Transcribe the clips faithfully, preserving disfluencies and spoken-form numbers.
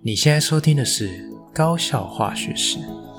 你现在收听的是高效化学式。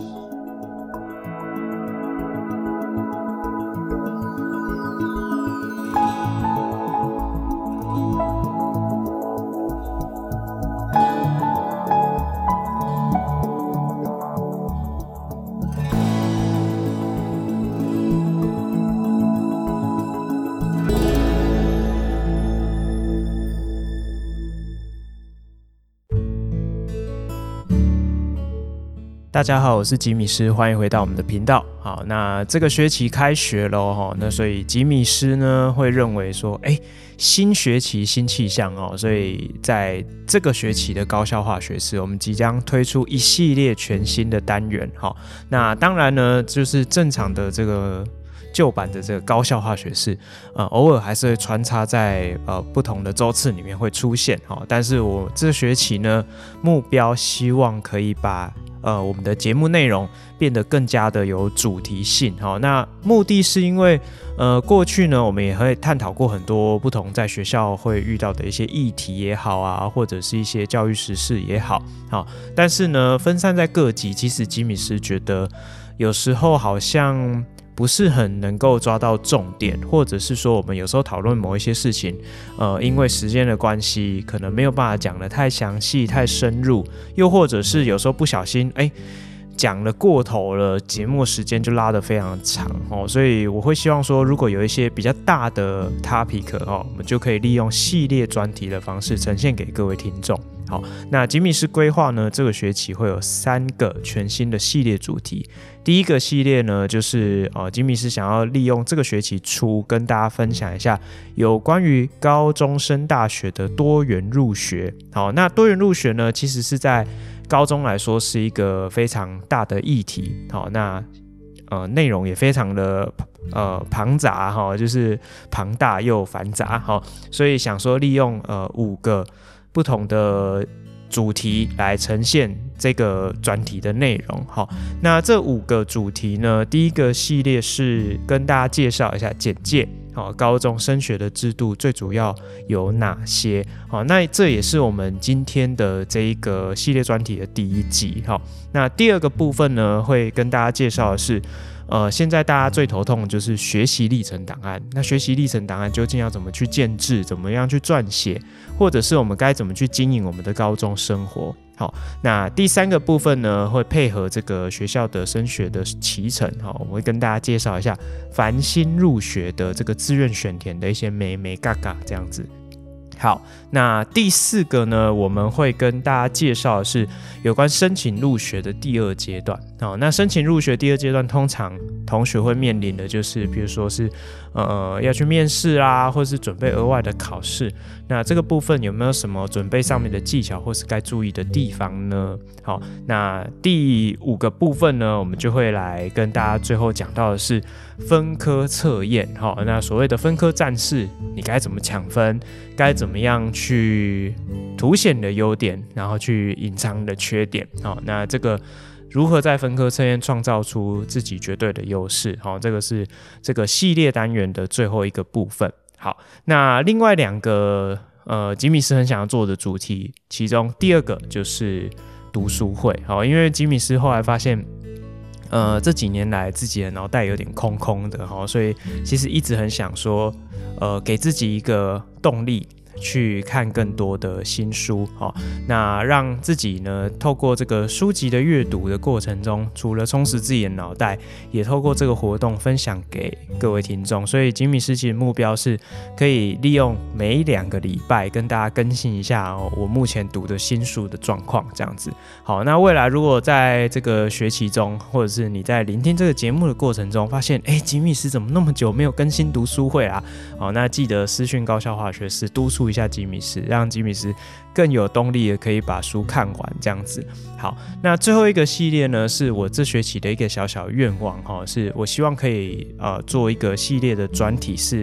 大家好，我是吉米师，欢迎回到我们的频道。好，那这个学期开学咯，那所以吉米师呢会认为说，哎，新学期新气象哦，所以在这个学期的高效化学式，我们即将推出一系列全新的单元。好，那当然呢，就是正常的这个旧版的这个高效化学式，呃，偶尔还是会穿插在呃不同的周次里面会出现。好，但是我这学期呢，目标希望可以把呃，我们的节目内容变得更加的有主题性。好，那目的是因为，呃，过去呢，我们也会探讨过很多不同在学校会遇到的一些议题也好啊，或者是一些教育时事也好，好，但是呢，分散在各集，其实吉米师觉得有时候好像不是很能够抓到重点，或者是说我们有时候讨论某一些事情，呃，因为时间的关系，可能没有办法讲得太详细、太深入，又或者是有时候不小心，哎，讲了过头了，节目时间就拉得非常长哦。所以我会希望说，如果有一些比较大的 topic 哦，我们就可以利用系列专题的方式呈现给各位听众。好，那吉米师规划呢，这个学期会有三个全新的系列主题。第一个系列呢，就是呃，吉米师想要利用这个学期初跟大家分享一下有关于高中升大学的多元入学。好，那多元入学呢，其实是在高中来说是一个非常大的议题。好，那呃内容也非常的呃庞杂哈，就是庞大又繁杂哈，所以想说利用呃五个不同的主题来呈现这个专题的内容。好，那这五个主题呢，第一个系列是跟大家介绍一下简介，好，高中升学的制度最主要有哪些？好，那这也是我们今天的这一个系列专题的第一集。好，那第二个部分呢，会跟大家介绍的是，呃，现在大家最头痛的就是学习历程档案。那学习历程档案究竟要怎么去建制，怎么样去撰写，或者是我们该怎么去经营我们的高中生活？好，那第三个部分呢，会配合这个学校的升学的期程，好，我会跟大家介绍一下繁星入学的这个志愿选填的一些眉眉角角这样子。好，那第四个呢，我们会跟大家介绍的是有关申请入学的第二阶段。好，那申请入学第二阶段，通常同学会面临的就是，比如说是呃要去面试啦，或是准备额外的考试。那这个部分有没有什么准备上面的技巧，或是该注意的地方呢？好，那第五个部分呢，我们就会来跟大家最后讲到的是分科测验。好，那所谓的分科战士，你该怎么抢分？该怎么样去凸显你的优点，然后去隐藏你的缺点？好，那这个如何在分科测验创造出自己绝对的优势？好，这个是这个系列单元的最后一个部分。好，那另外两个呃，吉米师很想要做的主题，其中第二个就是读书会。好，因为吉米师后来发现，呃，这几年来自己的脑袋有点空空的，所以其实一直很想说，呃，给自己一个动力，去看更多的新书。好，那让自己呢，透过这个书籍的阅读的过程中，除了充实自己的脑袋，也透过这个活动分享给各位听众。所以吉米师其实目标是可以利用每两个礼拜跟大家更新一下，哦，我目前读的新书的状况这样子。好，那未来如果在这个学期中，或者是你在聆听这个节目的过程中，发现哎，吉米师怎么那么久没有更新读书会啊？好，那记得私讯高效化学式督促一下吉米师，让吉米师更有动力的可以把书看完这样子。好，那最后一个系列呢，是我这学期的一个小小愿望，是我希望可以呃做一个系列的专题，是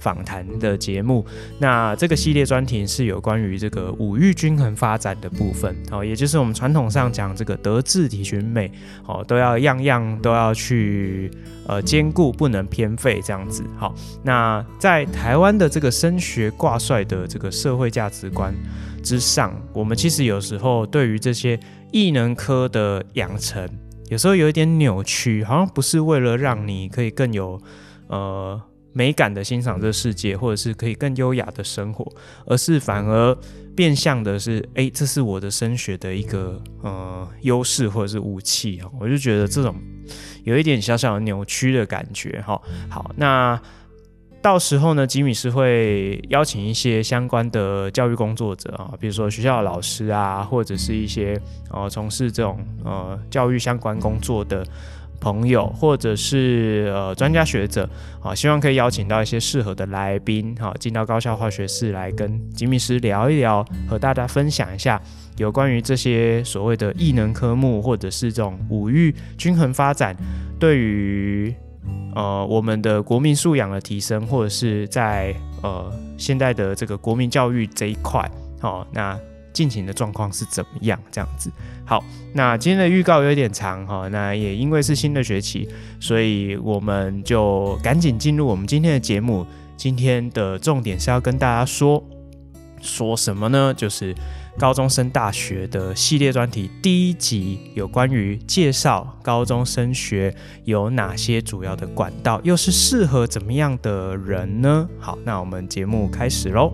访谈的节目。那这个系列专题是有关于这个五育均衡发展的部分，好，也就是我们传统上讲这个德智体群美，好，都要样样都要去呃兼顾，不能偏废这样子。好，那在台湾的这个升学挂帅的这个社会价值观之上，我们其实有时候对于这些艺能科的养成，有时候有一点扭曲，好像不是为了让你可以更有呃美感的欣赏这个世界，或者是可以更优雅的生活，而是反而变相的是，哎，这是我的升学的一个呃优势或者是武器。我就觉得这种有一点小小的扭曲的感觉。好，那到时候呢，吉米是会邀请一些相关的教育工作者啊，比如说学校的老师啊，或者是一些呃从事这种呃教育相关工作的朋友，或者是呃专家学者啊，希望可以邀请到一些适合的来宾，好，进到高校化学室来跟吉米师聊一聊，和大家分享一下有关于这些所谓的艺能科目，或者是这种五育均衡发展对于呃，我们的国民素养的提升，或者是在呃现在的这个国民教育这一块，好、哦，那进行的状况是怎么样？这样子。好，那今天的预告有点长哈、哦，那也因为是新的学期，所以我们就赶紧进入我们今天的节目。今天的重点是要跟大家说说什么呢？就是高中升大学的系列专题第一集，有关于介绍高中升学有哪些主要的管道，又是适合怎么样的人呢？好，那我们节目开始咯。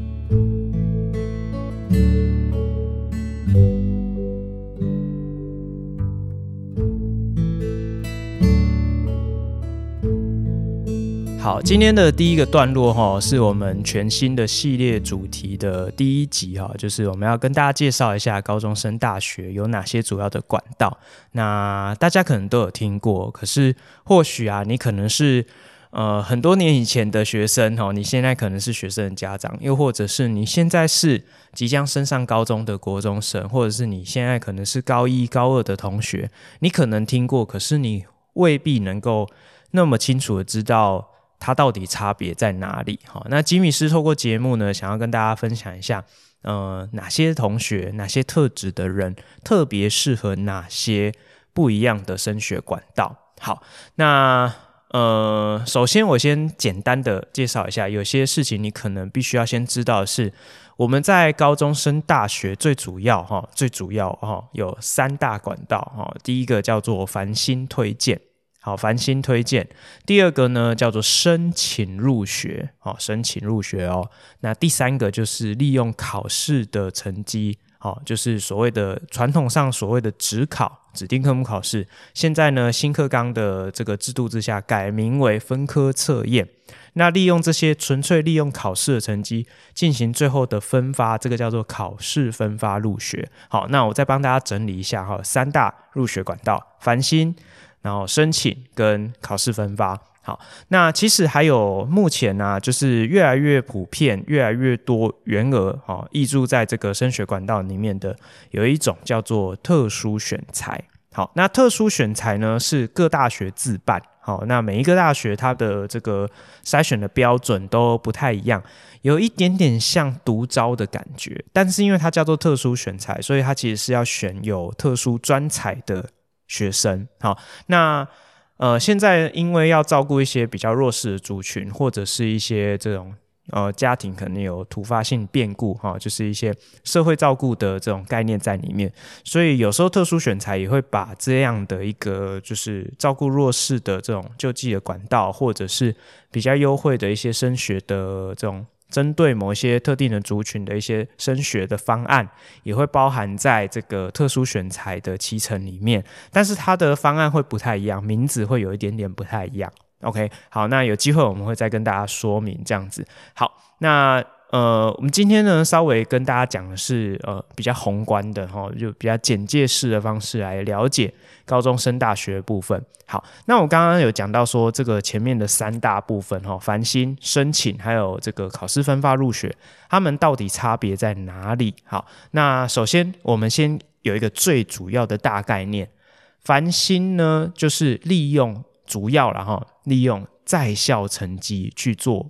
好，今天的第一个段落哈，是我们全新的系列主题的第一集哈，就是我们要跟大家介绍一下高中升大学有哪些主要的管道。那大家可能都有听过，可是或许啊，你可能是呃很多年以前的学生哈，你现在可能是学生的家长，又或者是你现在是即将升上高中的国中生，或者是你现在可能是高一、高二的同学，你可能听过，可是你未必能够那么清楚的知道它到底差别在哪里？好，那吉米师透过节目呢，想要跟大家分享一下，呃，哪些同学、哪些特质的人特别适合哪些不一样的升学管道。好，那呃，首先我先简单的介绍一下，有些事情你可能必须要先知道的是，我们在高中升大学最主要哈，最主要哈有三大管道哈，第一个叫做繁星推荐。好，繁星推荐。第二个呢，叫做申请入学，好，申请入学哦。那第三个就是利用考试的成绩，好，就是所谓的传统上所谓的指考，指定科目考试。现在呢，新课纲的这个制度之下，改名为分科测验。那利用这些纯粹利用考试的成绩进行最后的分发，这个叫做考试分发入学。好，那我再帮大家整理一下哈，三大入学管道：繁星，然后申请跟考试分发。好，那其实还有目前啊，就是越来越普遍、越来越多员额哦挹注在这个升学管道里面的，有一种叫做特殊选才。好，那特殊选才呢是各大学自办。好，那每一个大学它的这个筛选的标准都不太一样，有一点点像独招的感觉，但是因为它叫做特殊选才，所以它其实是要选有特殊专才的学生。好，那呃，现在因为要照顾一些比较弱势的族群，或者是一些这种呃家庭可能有突发性变故哈，就是一些社会照顾的这种概念在里面，所以有时候特殊选才也会把这样的一个就是照顾弱势的这种救济的管道，或者是比较优惠的一些升学的这种针对某一些特定的族群的一些升学的方案，也会包含在这个特殊选才的期程里面，但是它的方案会不太一样，名字会有一点点不太一样。OK， 好，那有机会我们会再跟大家说明这样子。好，那呃，我们今天呢稍微跟大家讲的是呃比较宏观的哈，就比较简介式的方式来了解高中升大学的部分。好，那我刚刚有讲到说这个前面的三大部分哈，繁星、申请还有这个考试分发入学，他们到底差别在哪里？好，那首先我们先有一个最主要的大概念，繁星呢就是利用主要啦齁，利用在校成绩去做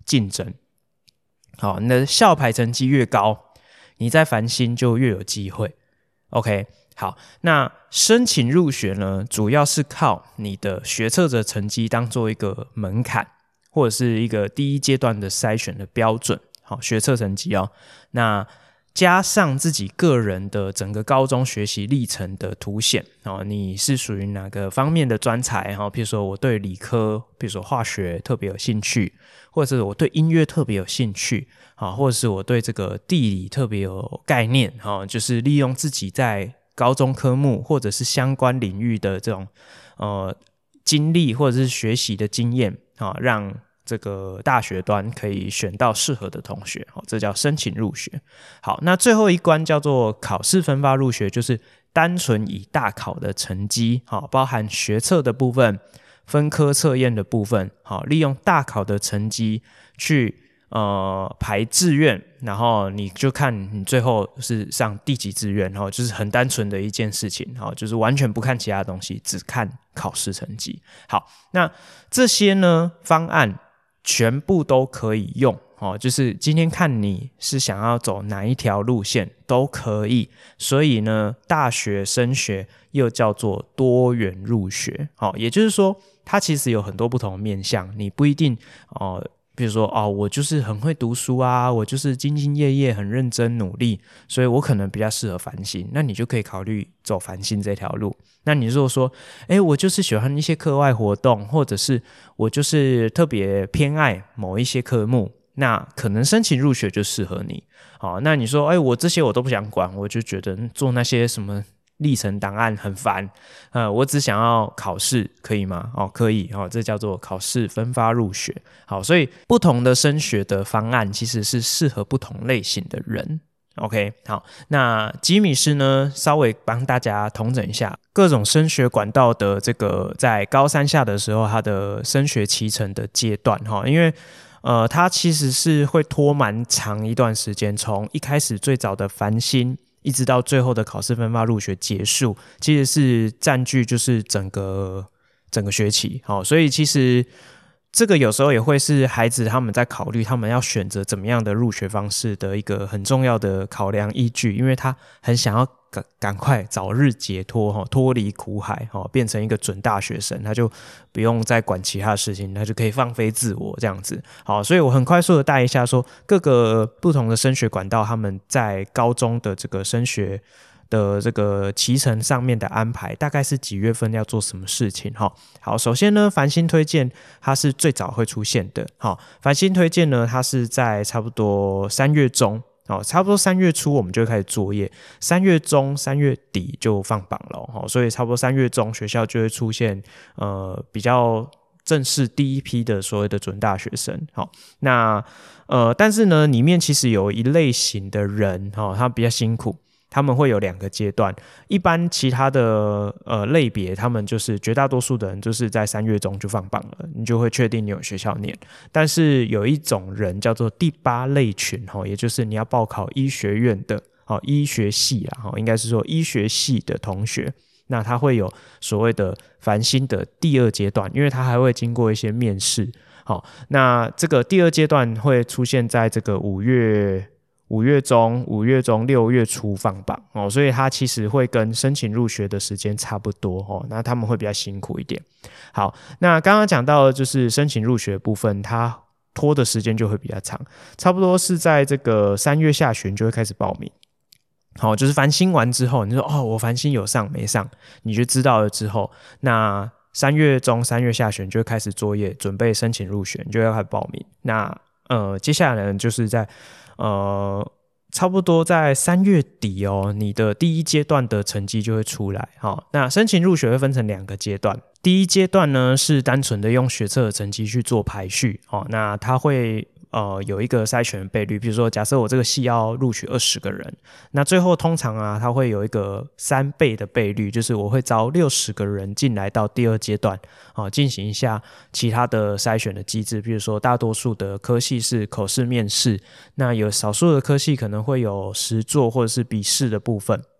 竞争。好，你的校排成绩越高，你在繁星就越有机会。OK， 好，那申请入学呢，主要是靠你的学测的成绩当做一个门槛，或者是一个第一阶段的筛选的标准。好，学测成绩哦，那加上自己个人的整个高中学习历程的凸显，哦，你是属于哪个方面的专才？哈，比如说我对理科，比如说化学特别有兴趣，或者是我对音乐特别有兴趣，啊，或者是我对这个地理特别有概念，哈，就是利用自己在高中科目或者是相关领域的这种呃经历或者是学习的经验，啊，让这个大学端可以选到适合的同学，这叫申请入学。好，那最后一关叫做考试分发入学，就是单纯以大考的成绩，包含学测的部分、分科测验的部分，利用大考的成绩去呃排志愿，然后你就看你最后是上第几志愿，就是很单纯的一件事情，就是完全不看其他东西，只看考试成绩。好，那这些呢方案全部都可以用，哦，就是今天看你是想要走哪一条路线都可以。所以呢，大学升学又叫做多元入学，哦，也就是说它其实有很多不同的面向，你不一定哦。比如说哦，我就是很会读书啊，我就是兢兢业业很认真努力，所以我可能比较适合繁星，那你就可以考虑走繁星这条路。那你如果说诶我就是喜欢一些课外活动，或者是我就是特别偏爱某一些科目，那可能申请入学就适合你。好，那你说诶我这些我都不想管，我就觉得做那些什么历程档案很烦，呃，我只想要考试，可以吗？哦，可以，哦，这叫做考试分发入学。好，所以不同的升学的方案其实是适合不同类型的人。OK， 好，那吉米师呢，稍微帮大家统整一下各种升学管道的这个在高三下的时候，它的升学期程的阶段，因为呃，它其实是会拖蛮长一段时间，从一开始最早的繁星，一直到最后的考试分发入学结束，其实是占据就是整个整个学期。好，所以其实这个有时候也会是孩子他们在考虑他们要选择怎么样的入学方式的一个很重要的考量依据，因为他很想要赶赶快早日解脱，脱离苦海，变成一个准大学生，他就不用再管其他事情，他就可以放飞自我这样子。好，所以我很快速的带一下说各个不同的升学管道他们在高中的这个升学的这个期程上面的安排，大概是几月份要做什么事情。好，首先呢，繁星推荐它是最早会出现的。好，繁星推荐呢，它是在差不多三月中，哦，差不多三月初我们就会开始作业，三月中三月底就放榜了，哦，所以差不多三月中学校就会出现呃比较正式第一批的所谓的准大学生。好，那呃但是呢里面其实有一类型的人，哦，他比较辛苦，他们会有两个阶段。一般其他的呃类别，他们就是绝大多数的人就是在三月中就放榜了，你就会确定你有学校念。但是有一种人叫做第八类群，也就是你要报考医学院的医学系啦，应该是说医学系的同学，那他会有所谓的繁星的第二阶段，因为他还会经过一些面试。好，那这个第二阶段会出现在这个五月五月中、五月中、六月初放榜，哦，所以它其实会跟申请入学的时间差不多，哦，那他们会比较辛苦一点。好，那刚刚讲到的就是申请入学的部分，它拖的时间就会比较长，差不多是在这个三月下旬就会开始报名。好，就是繁星完之后，你说哦，我繁星有上没上，你就知道了之后，那三月中、三月下旬就会开始作业，准备申请入学，你就要开始报名。那呃，接下来呢，就是在呃，差不多在三月底哦，你的第一阶段的成绩就会出来。好，那申请入学会分成两个阶段，第一阶段呢是单纯的用学测的成绩去做排序。好，那它会呃有一个筛选倍率，比如说假设我这个系要录取二十个人，那最后通常啊它会有一个三倍的倍率，就是我会招六十个人进来到第二阶段，哦，进行一下其他的筛选的机制，比如说大多数的科系是口试面试，那有少数的科系可能会有实作或者是笔试的部分。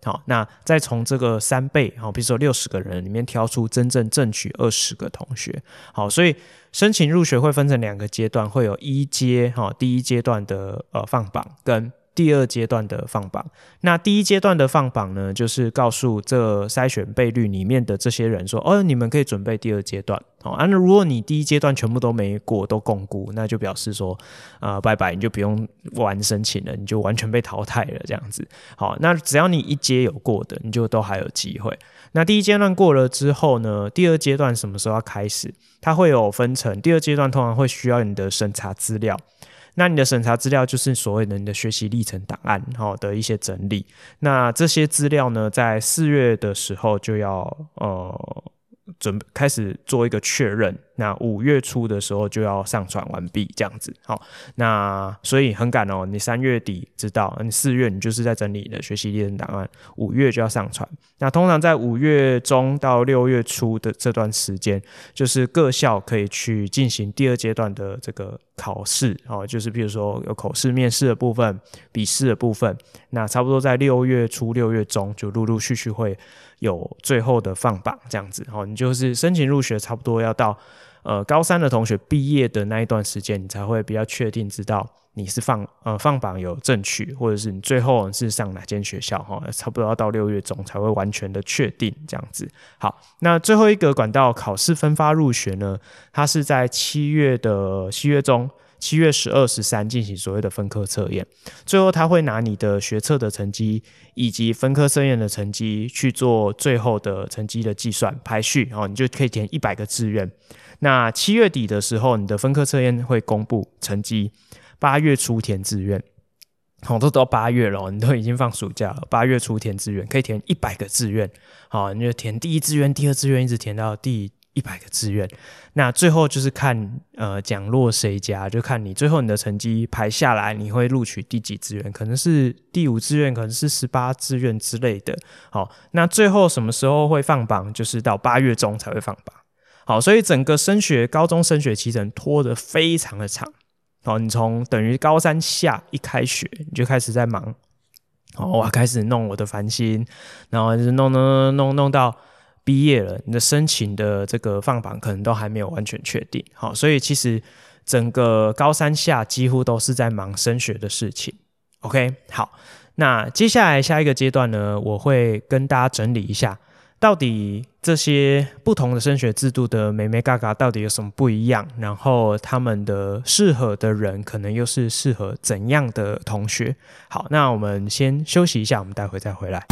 好，那再从这个三倍，好，比如说六十个人里面挑出真正正取二十个同学。好，所以申请入学会分成两个阶段，会有一阶，好，第一阶段的呃放榜跟第二阶段的放榜。那第一阶段的放榜呢，就是告诉这筛选倍率里面的这些人说，哦，你们可以准备第二阶段。好，啊，那如果你第一阶段全部都没过，都共估，那就表示说，呃，拜拜，你就不用玩申请了，你就完全被淘汰了这样子。好，那只要你一阶有过的，你就都还有机会。那第一阶段过了之后呢，第二阶段什么时候要开始？它会有分成，第二阶段通常会需要你的审查资料。那你的审查资料就是所谓的你的学习历程档案的一些整理。那这些资料呢，在四月的时候就要呃准备开始做一个确认。那五月初的时候就要上传完毕，这样子。好，那所以很赶哦，你三月底知道，你四月你就是在整理你的学习历程档案，五月就要上传。那通常在五月中到六月初的这段时间，就是各校可以去进行第二阶段的这个考试，哦，就是比如说有口试、面试的部分、笔试的部分。那差不多在六月初、六月中就陆陆续续会有最后的放榜，这样子。哦，你就是申请入学，差不多要到呃，高三的同学毕业的那一段时间，你才会比较确定知道你是放呃放榜有正取，或者是你最后是上哪间学校哈，差不多要到六月中才会完全的确定这样子。好，那最后一个管道考试分发入学呢，它是在七月的七月中。七月十二、十三进行所谓的分科测验，最后他会拿你的学测的成绩以及分科测验的成绩去做最后的成绩的计算排序，哦，你就可以填一百个志愿。那七月底的时候，你的分科测验会公布成绩，八月初填志愿。好，都到八月了，你都已经放暑假了。八月初填志愿，可以填一百个志愿。好，你就填第一志愿、第二志愿，一直填到第一百个志愿。那最后就是看呃奖落谁家，就看你最后你的成绩排下来，你会录取第几志愿，可能是第五志愿，可能是十八志愿之类的。好，那最后什么时候会放榜？就是到八月中才会放榜。好，所以整个升学高中升学期程拖得非常的长。好，你从等于高三下一开学，你就开始在忙。好，我开始弄我的繁星，然后就是弄弄弄弄弄到毕业了，你的申请的这个放榜可能都还没有完全确定。好，所以其实整个高三下几乎都是在忙升学的事情。OK， 好，那接下来下一个阶段呢，我会跟大家整理一下，到底这些不同的升学制度的眉眉角角到底有什么不一样，然后他们的适合的人可能又是适合怎样的同学。好，那我们先休息一下，我们待会再回来。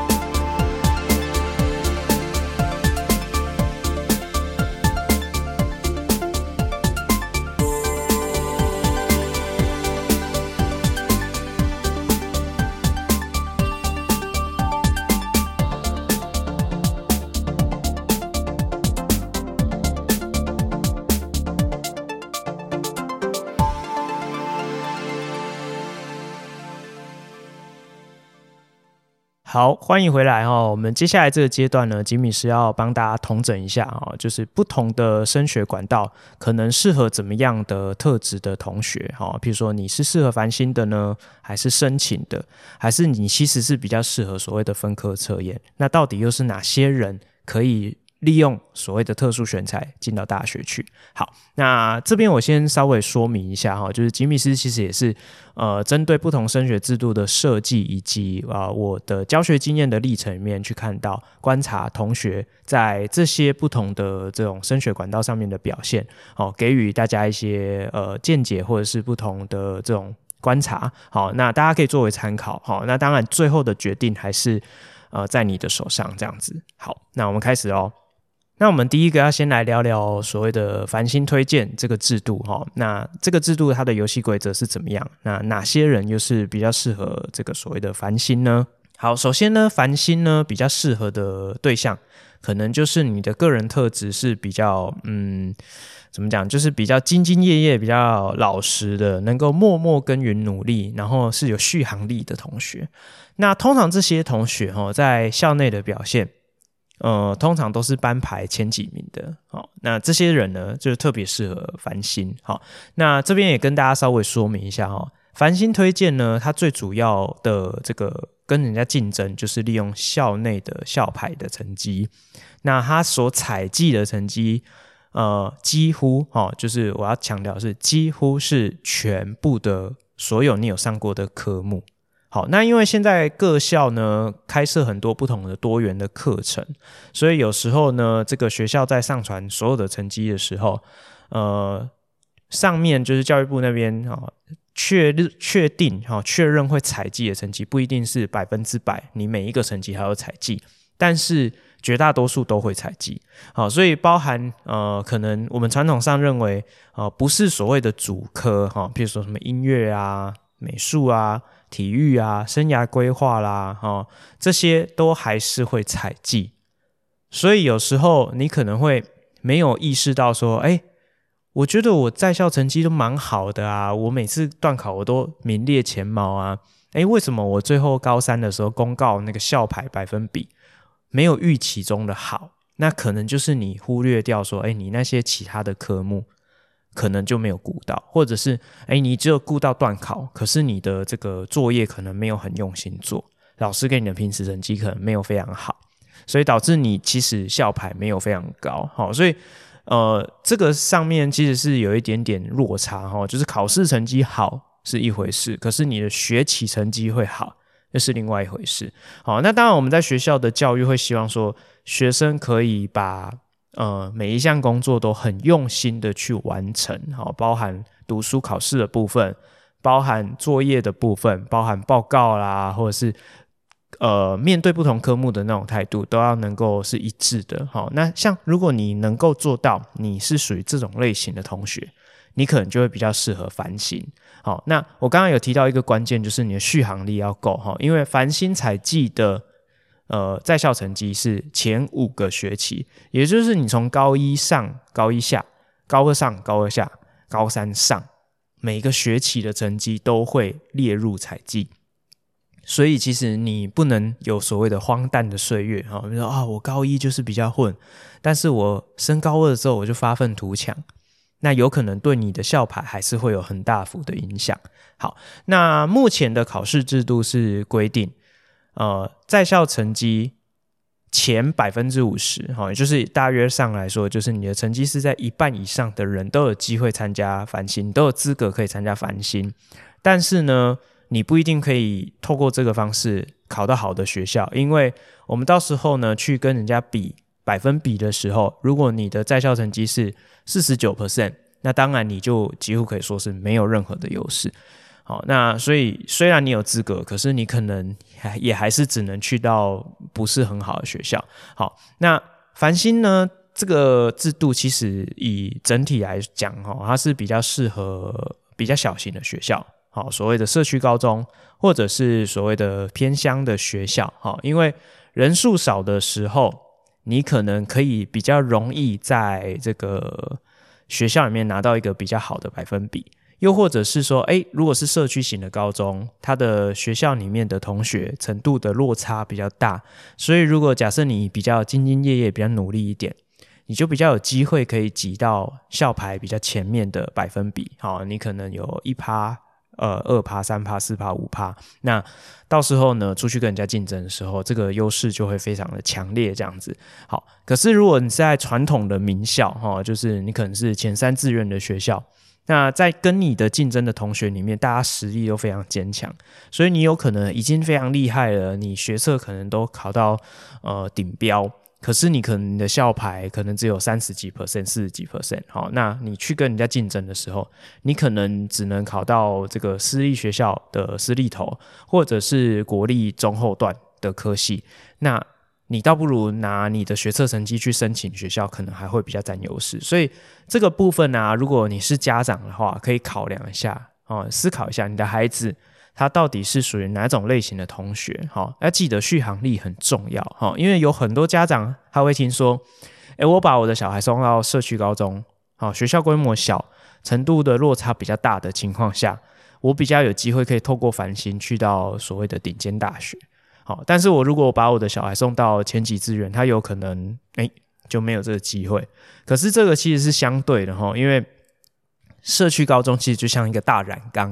好，欢迎回来哦。我们接下来这个阶段呢，吉米是要帮大家统整一下哦，就是不同的升学管道可能适合怎么样的特质的同学哦。譬如说你是适合繁星的呢，还是申请的，还是你其实是比较适合所谓的分科测验？那到底又是哪些人可以利用所谓的特殊选才进到大学去？好，那这边我先稍微说明一下哈，就是吉米斯其实也是呃针对不同升学制度的设计以及啊、呃、我的教学经验的历程里面去看到观察同学在这些不同的这种升学管道上面的表现，哦，给予大家一些呃见解或者是不同的这种观察。好，那大家可以作为参考。好，那当然最后的决定还是呃在你的手上这样子。好，那我们开始哦。那我们第一个要先来聊聊所谓的繁星推荐这个制度哈。那这个制度它的游戏规则是怎么样？那哪些人又是比较适合这个所谓的繁星呢？好，首先呢，繁星呢比较适合的对象，可能就是你的个人特质是比较嗯，怎么讲，就是比较兢兢业业、比较老实的，能够默默耕耘努力，然后是有续航力的同学。那通常这些同学哈，在校内的表现。呃，通常都是班排前几名的。好，那这些人呢，就特别适合繁星。好，那这边也跟大家稍微说明一下哈，繁星推荐呢，它最主要的这个跟人家竞争，就是利用校内的校排的成绩。那他所采集的成绩，呃，几乎哦，就是我要强调的是，几乎是全部的所有你有上过的科目。好，那因为现在各校呢开设很多不同的多元的课程，所以有时候呢，这个学校在上传所有的成绩的时候，呃，上面就是教育部那边哦。确确定哈，确认会采集的成绩不一定是百分之百，你每一个成绩还有采集，但是绝大多数都会采集。好，所以包含呃，可能我们传统上认为呃，不是所谓的主科哈，譬如说什么音乐啊、美术啊、体育啊、生涯规划啦，哈，这些都还是会采集。所以有时候你可能会没有意识到说，哎。我觉得我在校成绩都蛮好的啊，我每次段考我都名列前茅啊。诶，为什么我最后高三的时候公告那个校排百分比没有预期中的好？那可能就是你忽略掉说，诶，你那些其他的科目可能就没有顾到，或者是诶，你只有顾到段考，可是你的这个作业可能没有很用心做，老师给你的平时成绩可能没有非常好，所以导致你其实校排没有非常高。好，所以呃，这个上面其实是有一点点落差哈，就是考试成绩好是一回事，可是你的学期成绩会好又是另外一回事。好，那当然我们在学校的教育会希望说，学生可以把呃每一项工作都很用心的去完成，好，包含读书考试的部分，包含作业的部分，包含报告啦，或者是呃，面对不同科目的那种态度都要能够是一致的。好，那像如果你能够做到，你是属于这种类型的同学，你可能就会比较适合繁星。好，那我刚刚有提到一个关键，就是你的续航力要够哈，因为繁星采集的呃在校成绩是前五个学期，也就是你从高一上、高一下、高二上、高二下、高三上，每个学期的成绩都会列入采集。所以其实你不能有所谓的荒诞的岁月，比如说啊，我高一就是比较混，但是我升高二之后我就发愤图强，那有可能对你的校排还是会有很大幅的影响。好，那目前的考试制度是规定，呃，在校成绩前 百分之五十， 也就是大约上来说，就是你的成绩是在一半以上的人都有机会参加繁星，都有资格可以参加繁星，但是呢你不一定可以透过这个方式考到好的学校，因为我们到时候呢去跟人家比百分比的时候，如果你的在校成绩是 百分之四十九， 那当然你就几乎可以说是没有任何的优势。好，那所以虽然你有资格，可是你可能也还是只能去到不是很好的学校。好，那繁星呢这个制度其实以整体来讲，它是比较适合比较小型的学校，好，所谓的社区高中或者是所谓的偏乡的学校，好，因为人数少的时候，你可能可以比较容易在这个学校里面拿到一个比较好的百分比，又或者是说，诶，如果是社区型的高中，它的学校里面的同学程度的落差比较大，所以如果假设你比较兢兢业业，比较努力一点，你就比较有机会可以挤到校排比较前面的百分比。好，你可能有 百分之一呃，二趴、三趴、四趴、五趴，那到时候呢，出去跟人家竞争的时候，这个优势就会非常的强烈，这样子。好，可是如果你是在传统的名校，哈，就是你可能是前三志愿的学校，那在跟你的竞争的同学里面，大家实力都非常坚强，所以你有可能已经非常厉害了，你学测可能都考到呃顶标。可是你可能你的校排可能只有三十几 percent、四十几 percent， 好，那你去跟人家竞争的时候，你可能只能考到这个私立学校的私立头，或者是国立中后段的科系，那你倒不如拿你的学测成绩去申请学校，可能还会比较占优势。所以这个部分啊，如果你是家长的话，可以考量一下，哦，思考一下你的孩子他到底是属于哪种类型的同学，好，要记得续航力很重要，好，因为有很多家长他会听说，诶，我把我的小孩送到社区高中，好，学校规模小，程度的落差比较大的情况下，我比较有机会可以透过繁星去到所谓的顶尖大学，好，但是我如果把我的小孩送到前几志愿，他有可能诶就没有这个机会。可是这个其实是相对的，因为社区高中其实就像一个大染缸，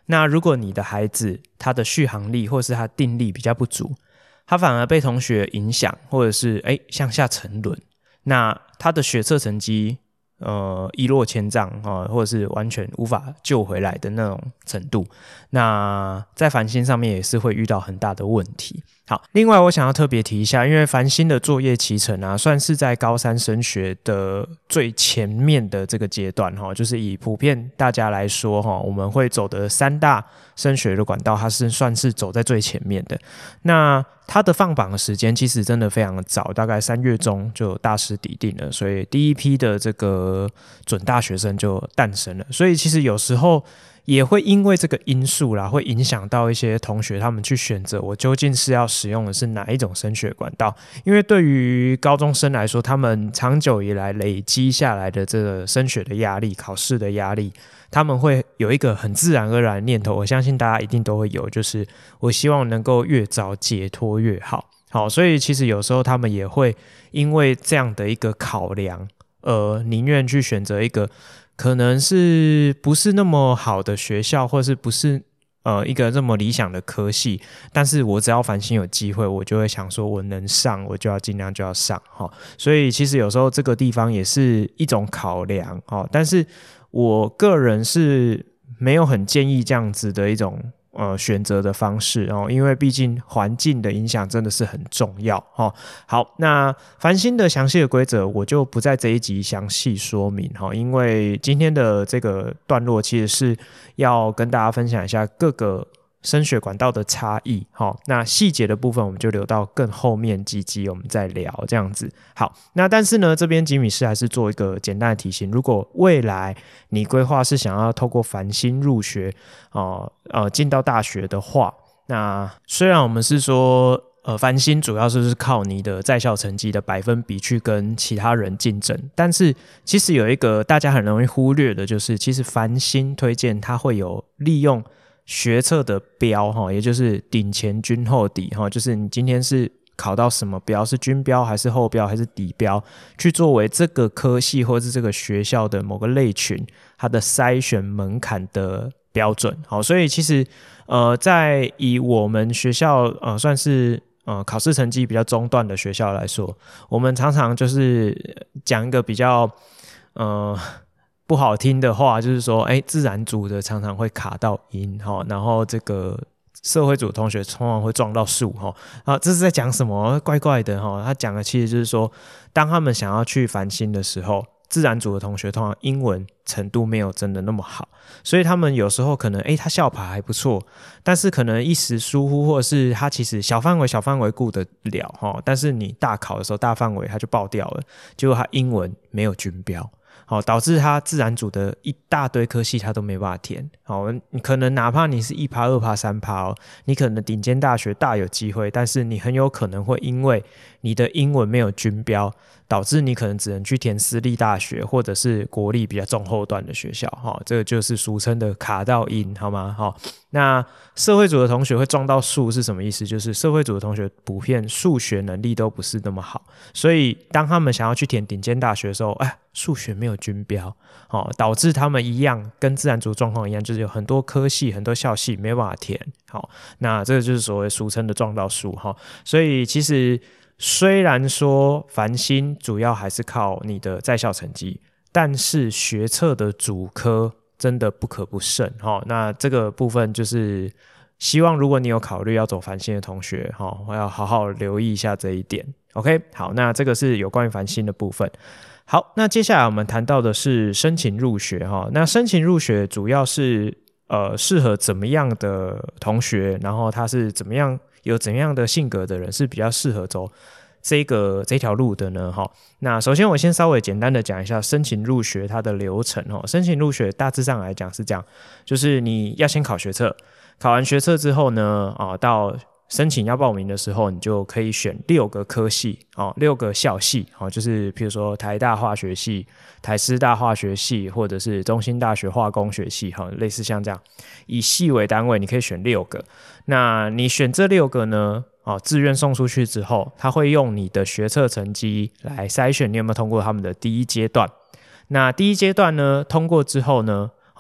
那如果你的孩子他的续航力或是他定力比较不足，他反而被同学影响，或者是诶向下沉沦，那他的学测成绩呃一落千丈、哦、或者是完全无法救回来的那种程度，那在繁星上面也是会遇到很大的问题。好，另外我想要特别提一下，因为繁星的作业期程啊，算是在高三升学的最前面的这个阶段、哦、就是以普遍大家来说、哦、我们会走的三大升学的管道，它是算是走在最前面的。那它的放榜的时间其实真的非常的早，大概三月中就有大势底定了，所以第一批的这个准大学生就诞生了。所以其实有时候也会因为这个因素啦，会影响到一些同学他们去选择我究竟是要使用的是哪一种升学管道。因为对于高中生来说，他们长久以来累积下来的这个升学的压力、考试的压力，他们会有一个很自然而然的念头，我相信大家一定都会有，就是我希望能够越早解脱越好。好，所以其实有时候他们也会因为这样的一个考量，呃，宁愿去选择一个可能是不是那么好的学校，或是不是呃一个这么理想的科系，但是我只要繁星有机会，我就会想说我能上我就要尽量就要上、哦、所以其实有时候这个地方也是一种考量、哦、但是我个人是没有很建议这样子的一种呃选择的方式、哦、因为毕竟环境的影响真的是很重要、哦、好，那繁星的详细的规则我就不在这一集详细说明、哦、因为今天的这个段落其实是要跟大家分享一下各个升学管道的差异、哦、那细节的部分我们就留到更后面几集我们再聊这样子。好，那但是呢这边吉米师还是做一个简单的提醒，如果未来你规划是想要透过繁星入学呃呃进到大学的话，那虽然我们是说呃繁星主要是靠你的在校成绩的百分比去跟其他人竞争，但是其实有一个大家很容易忽略的，就是其实繁星推荐它会有利用学测的标，也就是顶前均后底，就是你今天是考到什么标，是均标还是后标还是底标，去作为这个科系或是这个学校的某个类群它的筛选门槛的标准。好，所以其实呃，在以我们学校呃算是呃考试成绩比较中段的学校来说，我们常常就是讲一个比较呃不好听的话，就是说哎，自然组的常常会卡到音，然后这个社会组的同学通常会撞到树，啊，这是在讲什么？怪怪的。他讲的其实就是说，当他们想要去繁星的时候，自然组的同学通常英文程度没有真的那么好，所以他们有时候可能诶他校牌还不错，但是可能一时疏忽，或者是他其实小范围小范围顾得了，但是你大考的时候大范围他就爆掉了，结果他英文没有均标，好，导致他自然组的一大堆科系他都没办法填。好，你可能哪怕你是 百分之一、百分之二、百分之三 哦，你可能顶尖大学大有机会，但是你很有可能会因为你的英文没有均标，导致你可能只能去填私立大学或者是国立比较中后段的学校。齁，这个就是俗称的卡到音，好吗？齁，那社会组的同学会撞到树是什么意思？就是社会组的同学普遍数学能力都不是那么好，所以当他们想要去填顶尖大学的时候，哎，数学没有均标，齁，导致他们一样跟自然组状况一样，就是有很多科系很多校系没办法填。好，那这个就是所谓俗称的撞到树。齁，所以其实虽然说繁星主要还是靠你的在校成绩，但是学测的主科真的不可不慎。那这个部分就是希望如果你有考虑要走繁星的同学，我要好好留意一下这一点。 OK， 好，那这个是有关于繁星的部分。好，那接下来我们谈到的是申请入学。那申请入学主要是呃适合怎么样的同学，然后他是怎么样有怎样的性格的人是比较适合走这个这条路的呢？那首先我先稍微简单的讲一下申请入学它的流程。申请入学大致上来讲是这样，就是你要先考学测，考完学测之后呢，到申请要报名的时候，你就可以选六个科系，六个校系，就是譬如说台大化学系、台师大化学系，或者是中兴大学化工学系，类似像这样以系为单位，你可以选六个。那你选这六个呢，志愿送出去之后，他会用你的学测成绩来筛选你有没有通过他们的第一阶段。那第一阶段呢通过之后呢，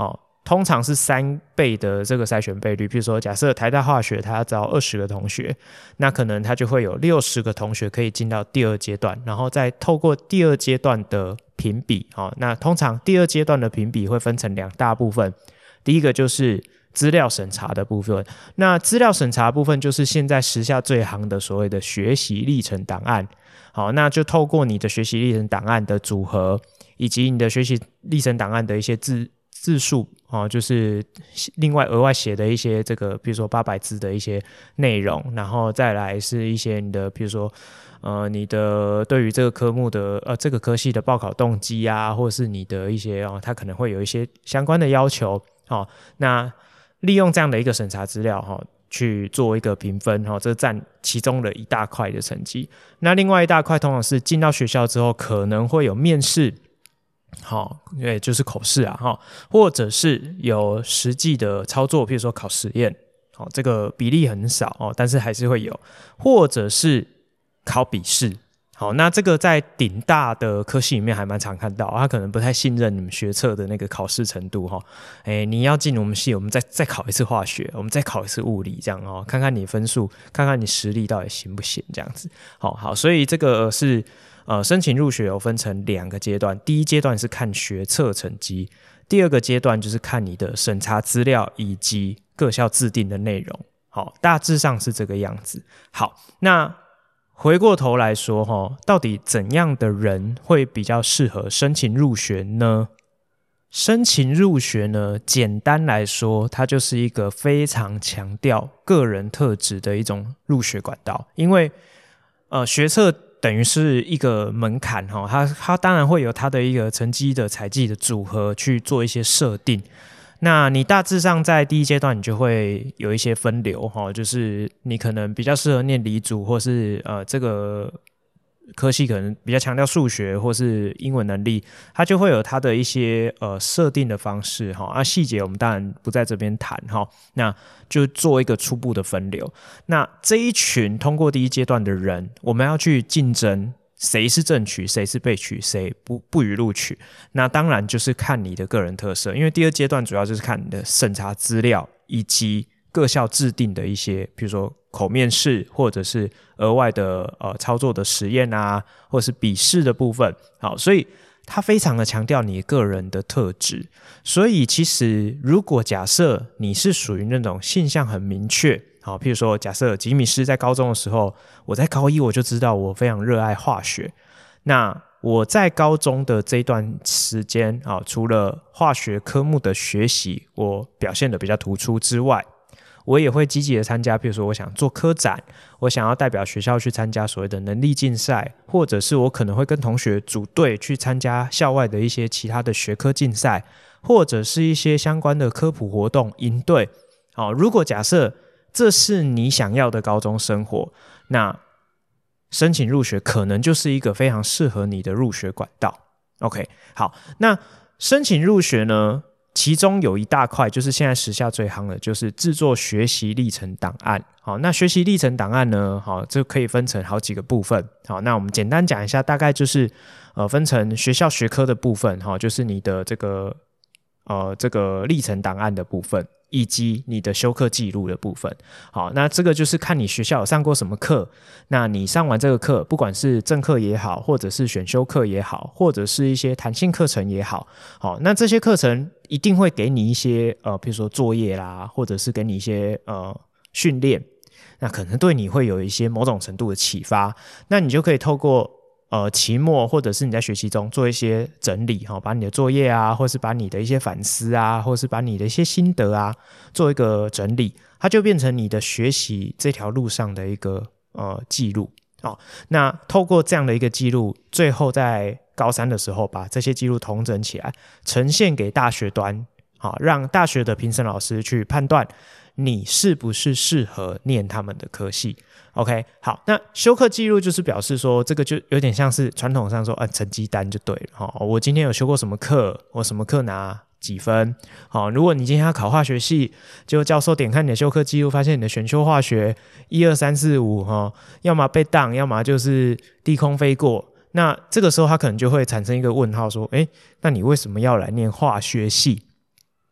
通常是三倍的这个筛选倍率。比如说假设台大化学它要招二十个同学，那可能它就会有六十个同学可以进到第二阶段，然后再透过第二阶段的评比、哦、那通常第二阶段的评比会分成两大部分，第一个就是资料审查的部分，那资料审查的部分就是现在时下最行的所谓的学习历程档案。好，那就透过你的学习历程档案的组合，以及你的学习历程档案的一些字字数、哦、就是另外额外写的一些这个比如说八百字的一些内容，然后再来是一些你的比如说呃你的对于这个科目的呃这个科系的报考动机啊，或者是你的一些哦它可能会有一些相关的要求。好、哦，那利用这样的一个审查资料、哦、去做一个评分、哦、这占其中的一大块的成绩。那另外一大块通常是进到学校之后可能会有面试，好，对，就是口试啊，哈，或者是有实际的操作，譬如说考实验，好，这个比例很少哦，但是还是会有，或者是考笔试。好，那这个在顶大的科系里面还蛮常看到，他可能不太信任你们学测的那个考试程度哈。哎，你要进我们系，我们再再考一次化学，我们再考一次物理，这样哦，看看你分数，看看你实力到底行不行，这样子。好好，所以这个是呃申请入学有分成两个阶段，第一阶段是看学测成绩，第二个阶段就是看你的审查资料以及各校制定的内容。好，大致上是这个样子。好，那回过头来说，到底怎样的人会比较适合申请入学呢？申请入学呢，简单来说，它就是一个非常强调个人特质的一种入学管道。因为呃，学测等于是一个门槛，它它当然会有它的一个成绩的采集的组合去做一些设定。那你大致上在第一阶段你就会有一些分流，就是你可能比较适合念理组，或是呃这个科系可能比较强调数学或是英文能力，它就会有它的一些呃设定的方式，啊细节我们当然不在这边谈，那就做一个初步的分流。那这一群通过第一阶段的人，我们要去竞争谁是正取，谁是备取，谁不不予录取，那当然就是看你的个人特色。因为第二阶段主要就是看你的审查资料以及各校制定的一些比如说口面试，或者是额外的呃操作的实验啊，或者是笔试的部分。好，所以他非常的强调你个人的特质。所以其实如果假设你是属于那种性向很明确，好，譬如说假设吉米斯在高中的时候，我在高一我就知道我非常热爱化学，那我在高中的这一段时间，除了化学科目的学习我表现得比较突出之外，我也会积极的参加，比如说我想做科展，我想要代表学校去参加所谓的能力竞赛，或者是我可能会跟同学组队去参加校外的一些其他的学科竞赛，或者是一些相关的科普活动营队。好，如果假设这是你想要的高中生活，那申请入学可能就是一个非常适合你的入学管道。 OK， 好，那申请入学呢，其中有一大块就是现在时下最夯的，就是制作学习历程档案。好，那学习历程档案呢，好，这可以分成好几个部分。好，那我们简单讲一下，大概就是呃分成学校学科的部分，好，就是你的这个呃这个历程档案的部分，以及你的修课记录的部分。好，那这个就是看你学校有上过什么课，那你上完这个课，不管是正课也好，或者是选修课也好，或者是一些弹性课程也好，好，那这些课程一定会给你一些呃，比如说作业啦，或者是给你一些呃训练，那可能对你会有一些某种程度的启发，那你就可以透过呃，期末或者是你在学习中做一些整理，哦，把你的作业啊，或是把你的一些反思啊，或是把你的一些心得啊做一个整理，它就变成你的学习这条路上的一个呃记录。哦，那透过这样的一个记录，最后在高三的时候把这些记录统整起来，呈现给大学端，哦，让大学的评审老师去判断你是不是适合念他们的科系。OK， 好，那修课记录就是表示说，这个就有点像是传统上说，啊，成绩单就对了。哦，我今天有修过什么课，我什么课拿几分。好，如果你今天要考化学系，就教授点看你的修课记录，发现你的选修化学一二三四五，哦，要么被当，要么就是低空飞过。那这个时候他可能就会产生一个问号，说，诶，那你为什么要来念化学系？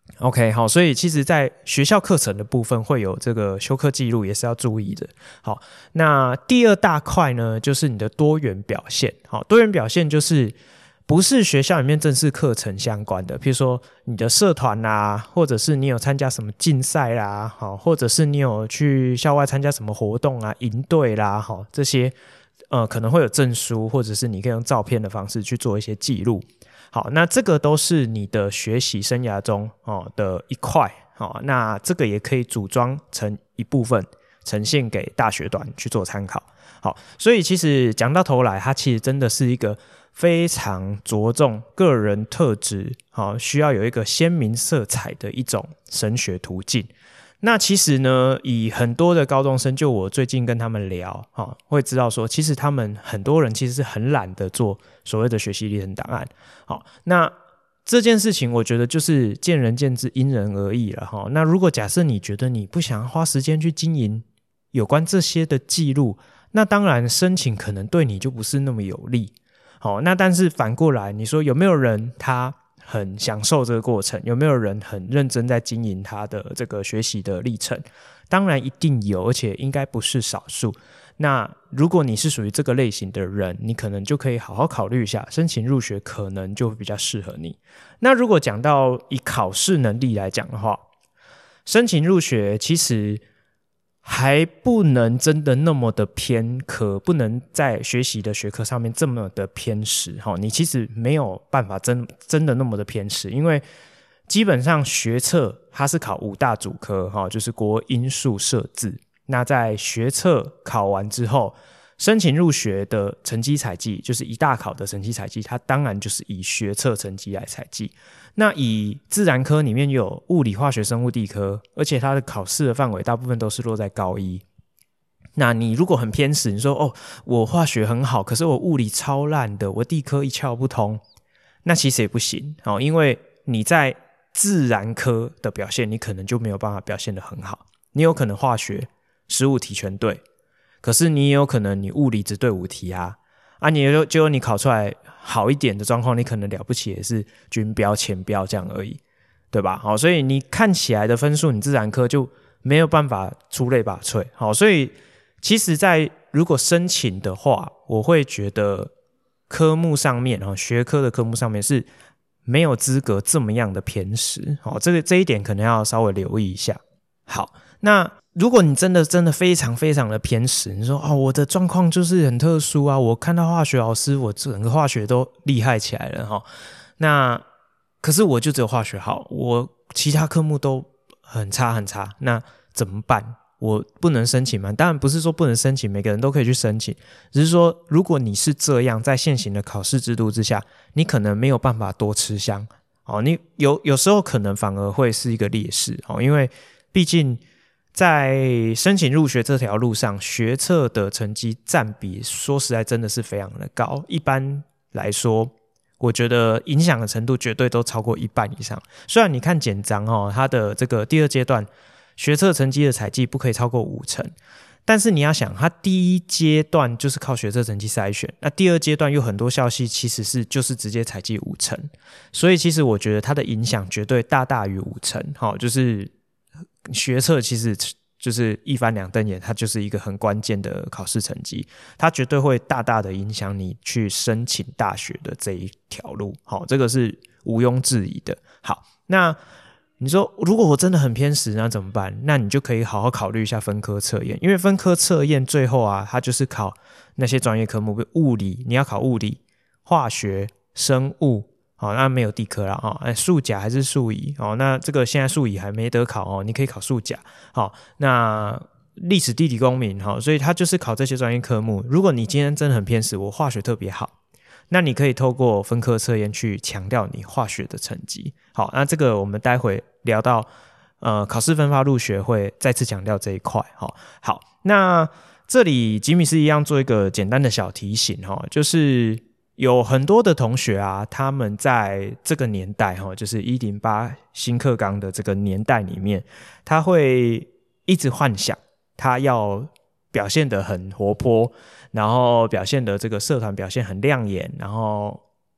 OK， 好，所以其实在学校课程的部分会有这个修课记录，也是要注意的。好，那第二大块呢，就是你的多元表现。好，多元表现就是不是学校里面正式课程相关的，譬如说你的社团啦，或者是你有参加什么竞赛啦，好，或者是你有去校外参加什么活动啊、营队啦，好，这些呃可能会有证书，或者是你可以用照片的方式去做一些记录。好，那这个都是你的学习生涯中、哦、的一块、哦、那这个也可以组装成一部分呈现给大学端去做参考。好，所以其实讲到头来，它其实真的是一个非常着重个人特质、哦、需要有一个鲜明色彩的一种升学途径。那其实呢，以很多的高中生，就我最近跟他们聊、哦、会知道说，其实他们很多人其实是很懒得做所谓的学习历程档案。好，那这件事情我觉得就是见仁见智，因人而异了哈。那如果假设你觉得你不想花时间去经营有关这些的记录，那当然申请可能对你就不是那么有利。好，那但是反过来，你说有没有人他很享受这个过程？有没有人很认真在经营他的这个学习的历程？当然一定有，而且应该不是少数。那如果你是属于这个类型的人，你可能就可以好好考虑一下，申请入学可能就比较适合你。那如果讲到以考试能力来讲的话，申请入学其实还不能真的那么的偏科，不能在学习的学科上面这么的偏食。你其实没有办法 真, 真的那么的偏食，因为基本上学测它是考五大主科，就是国英数社自。那在学测考完之后，申请入学的成绩采集，就是一大考的成绩采集，它当然就是以学测成绩来采集。那以自然科里面有物理、化学、生物、地科，而且它的考试的范围大部分都是落在高一。那你如果很偏食，你说哦，我化学很好，可是我物理超烂的，我地科一窍不通，那其实也不行、哦、因为你在自然科的表现，你可能就没有办法表现得很好。你有可能化学十五题全对，可是你也有可能你物理只对五题啊，啊你就结果你考出来好一点的状况，你可能了不起也是均标前标这样而已，对吧？好，所以你看起来的分数，你自然科就没有办法出类拔萃。好，所以其实在如果申请的话，我会觉得科目上面学科的科目上面是没有资格这么样的偏食。好，这个这一点可能要稍微留意一下。好，那如果你真的真的非常非常的偏食，你说哦，我的状况就是很特殊啊，我看到化学老师，我整个化学都厉害起来了哈。那可是我就只有化学好，我其他科目都很差很差，那怎么办？我不能申请吗？当然不是说不能申请，每个人都可以去申请，只是说如果你是这样，在现行的考试制度之下，你可能没有办法多吃香哦，你有有时候可能反而会是一个劣势哦，因为毕竟在申请入学这条路上，学测的成绩占比说实在真的是非常的高，一般来说我觉得影响的程度绝对都超过一半以上。虽然你看简章哦，它的这个第二阶段学测成绩的采集不可以超过五成，但是你要想，它第一阶段就是靠学测成绩筛选，那第二阶段有很多校系其实是就是直接采集五成，所以其实我觉得它的影响绝对大大于五成。好，就是学测其实就是一翻两瞪眼，它就是一个很关键的考试成绩，它绝对会大大的影响你去申请大学的这一条路。好，这个是毋庸置疑的。好，那你说如果我真的很偏食，那怎么办？那你就可以好好考虑一下分科测验，因为分科测验最后啊，它就是考那些专业科目，比如物理，你要考物理、化学、生物，好，那没有地科啦，哦，数甲还是数乙，哦，那这个现在数乙还没得考哦，你可以考数甲，好，那历史、地理、公民，好，所以它就是考这些专业科目。如果你今天真的很偏食，我化学特别好，那你可以透过分科测验去强调你化学的成绩。好，那这个我们待会聊到呃考试分发入学会再次强调这一块。好，好，那这里吉米斯一样做一个简单的小提醒，就是有很多的同学啊，他们在这个年代就是一零八新课纲的这个年代里面，他会一直幻想他要表现得很活泼，然后表现的这个社团表现很亮眼，然后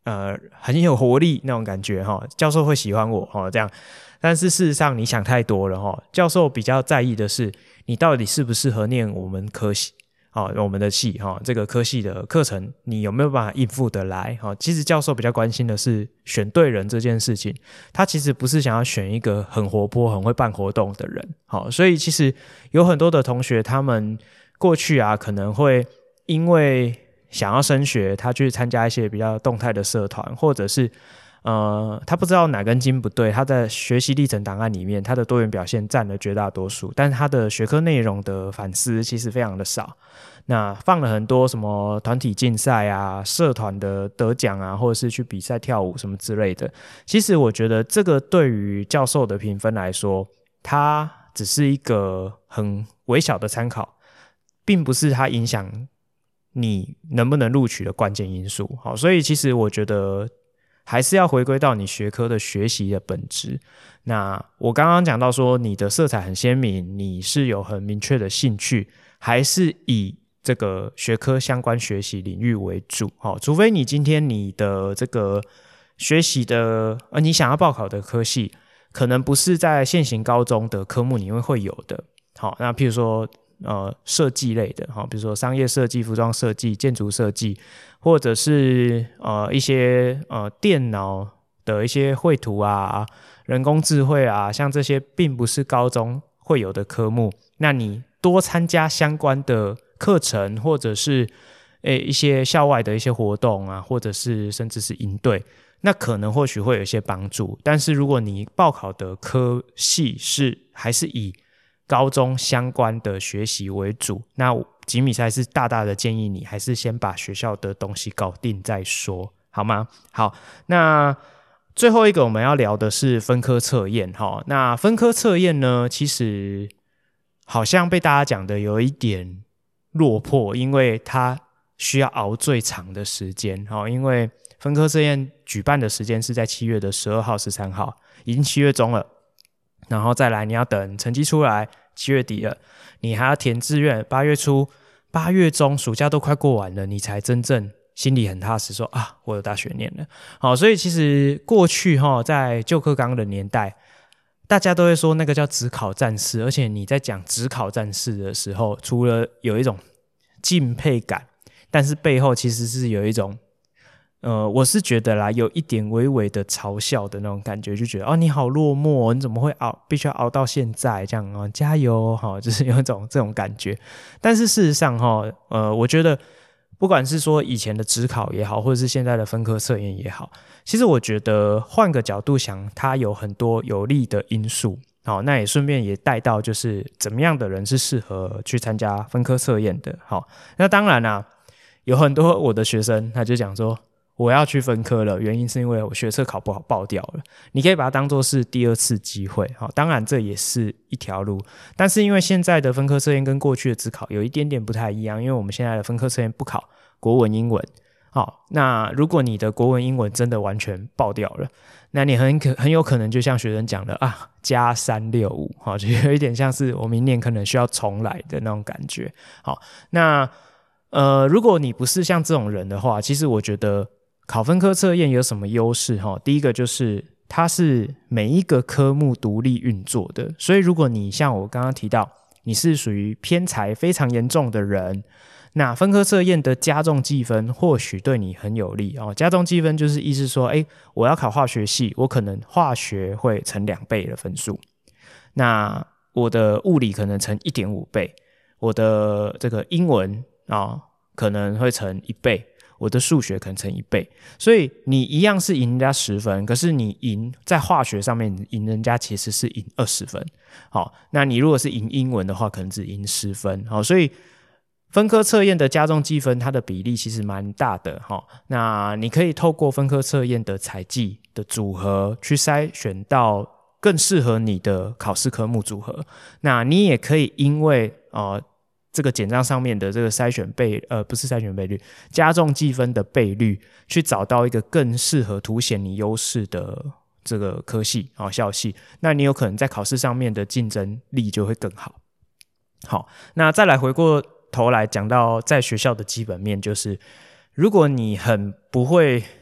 呃很有活力那种感觉齁，教授会喜欢我齁这样。但是事实上你想太多了齁，教授比较在意的是你到底适不适合念我们科系。哦，我们的系哈、哦，这个科系的课程，你有没有办法应付得来？哈、哦，其实教授比较关心的是选对人这件事情，他其实不是想要选一个很活泼、很会办活动的人。好、哦，所以其实有很多的同学，他们过去啊，可能会因为想要升学，他去参加一些比较动态的社团，或者是呃，他不知道哪根筋不对，他在学习历程档案里面，他的多元表现占了绝大多数，但是他的学科内容的反思其实非常的少。那放了很多什么团体竞赛啊、社团的得奖啊，或者是去比赛跳舞什么之类的。其实我觉得这个对于教授的评分来说，它只是一个很微小的参考，并不是它影响你能不能录取的关键因素。好，所以其实我觉得还是要回归到你学科的学习的本质。那我刚刚讲到说，你的色彩很鲜明，你是有很明确的兴趣，还是以这个学科相关学习领域为主，哦，除非你今天你的这个学习的呃，你想要报考的科系，可能不是在现行高中的科目里面会有的。好，那譬如说呃设计类的，好，比如说商业设计、服装设计、建筑设计，或者是呃一些呃电脑的一些绘图啊、人工智慧啊，像这些并不是高中会有的科目，那你多参加相关的课程，或者是诶一些校外的一些活动啊，或者是甚至是营队，那可能或许会有一些帮助。但是如果你报考的科系是还是以高中相关的学习为主，那吉米还是大大的建议你还是先把学校的东西搞定再说，好吗？好，那最后一个我们要聊的是分科测验。那分科测验呢，其实好像被大家讲的有一点落魄，因为它需要熬最长的时间。因为分科测验举办的时间是在七月的十二号、十三号，已经七月中了，然后再来你要等成绩出来，七月底了，你还要填志愿，八月初、八月中，暑假都快过完了，你才真正心里很踏实说啊，我有大学念了。好，所以其实过去在旧课纲的年代，大家都会说那个叫指考战士，而且你在讲指考战士的时候，除了有一种敬佩感，但是背后其实是有一种呃，我是觉得啦，有一点微微的嘲笑的那种感觉，就觉得哦，你好落寞，你怎么会熬，必须要熬到现在这样啊、哦？加油、哦、就是有一种这种感觉。但是事实上哈、哦，呃，我觉得不管是说以前的指考也好，或者是现在的分科测验也好，其实我觉得换个角度想，它有很多有利的因素。好，那也顺便也带到就是怎么样的人是适合去参加分科测验的。好，那当然啦、啊，有很多我的学生他就讲说，我要去分科了，原因是因为我学测考不好爆掉了。你可以把它当作是第二次机会，好，当然这也是一条路，但是因为现在的分科测验跟过去的指考有一点点不太一样，因为我们现在的分科测验不考国文、英文。好，那如果你的国文、英文真的完全爆掉了，那你很可很有可能就像学生讲的啊，加三六五，好，就有一点像是我明年可能需要重来的那种感觉。好，那呃，如果你不是像这种人的话，其实我觉得考分科测验有什么优势？第一个就是它是每一个科目独立运作的，所以如果你像我刚刚提到，你是属于偏财非常严重的人，那分科测验的加重计分或许对你很有利哦。加重计分就是意思说，哎，我要考化学系，我可能化学会乘两倍的分数，那我的物理可能乘 一点五 倍，我的这个英文啊、哦、可能会乘一倍，我的数学可能乘一倍，所以你一样是赢人家十分，可是你赢在化学上面赢人家其实是赢二十分。好，那你如果是赢英文的话，可能只赢十分。好，所以分科测验的加重计分，它的比例其实蛮大的。好，那你可以透过分科测验的采计的组合去筛选到更适合你的考试科目组合。那你也可以因为呃。这个简章上面的这个筛选倍呃不是筛选倍率，加重计分的倍率，去找到一个更适合凸显你优势的这个科系啊、哦、校系，那你有可能在考试上面的竞争力就会更好。好，那再来回过头来讲到在学校的基本面，就是如果你很不会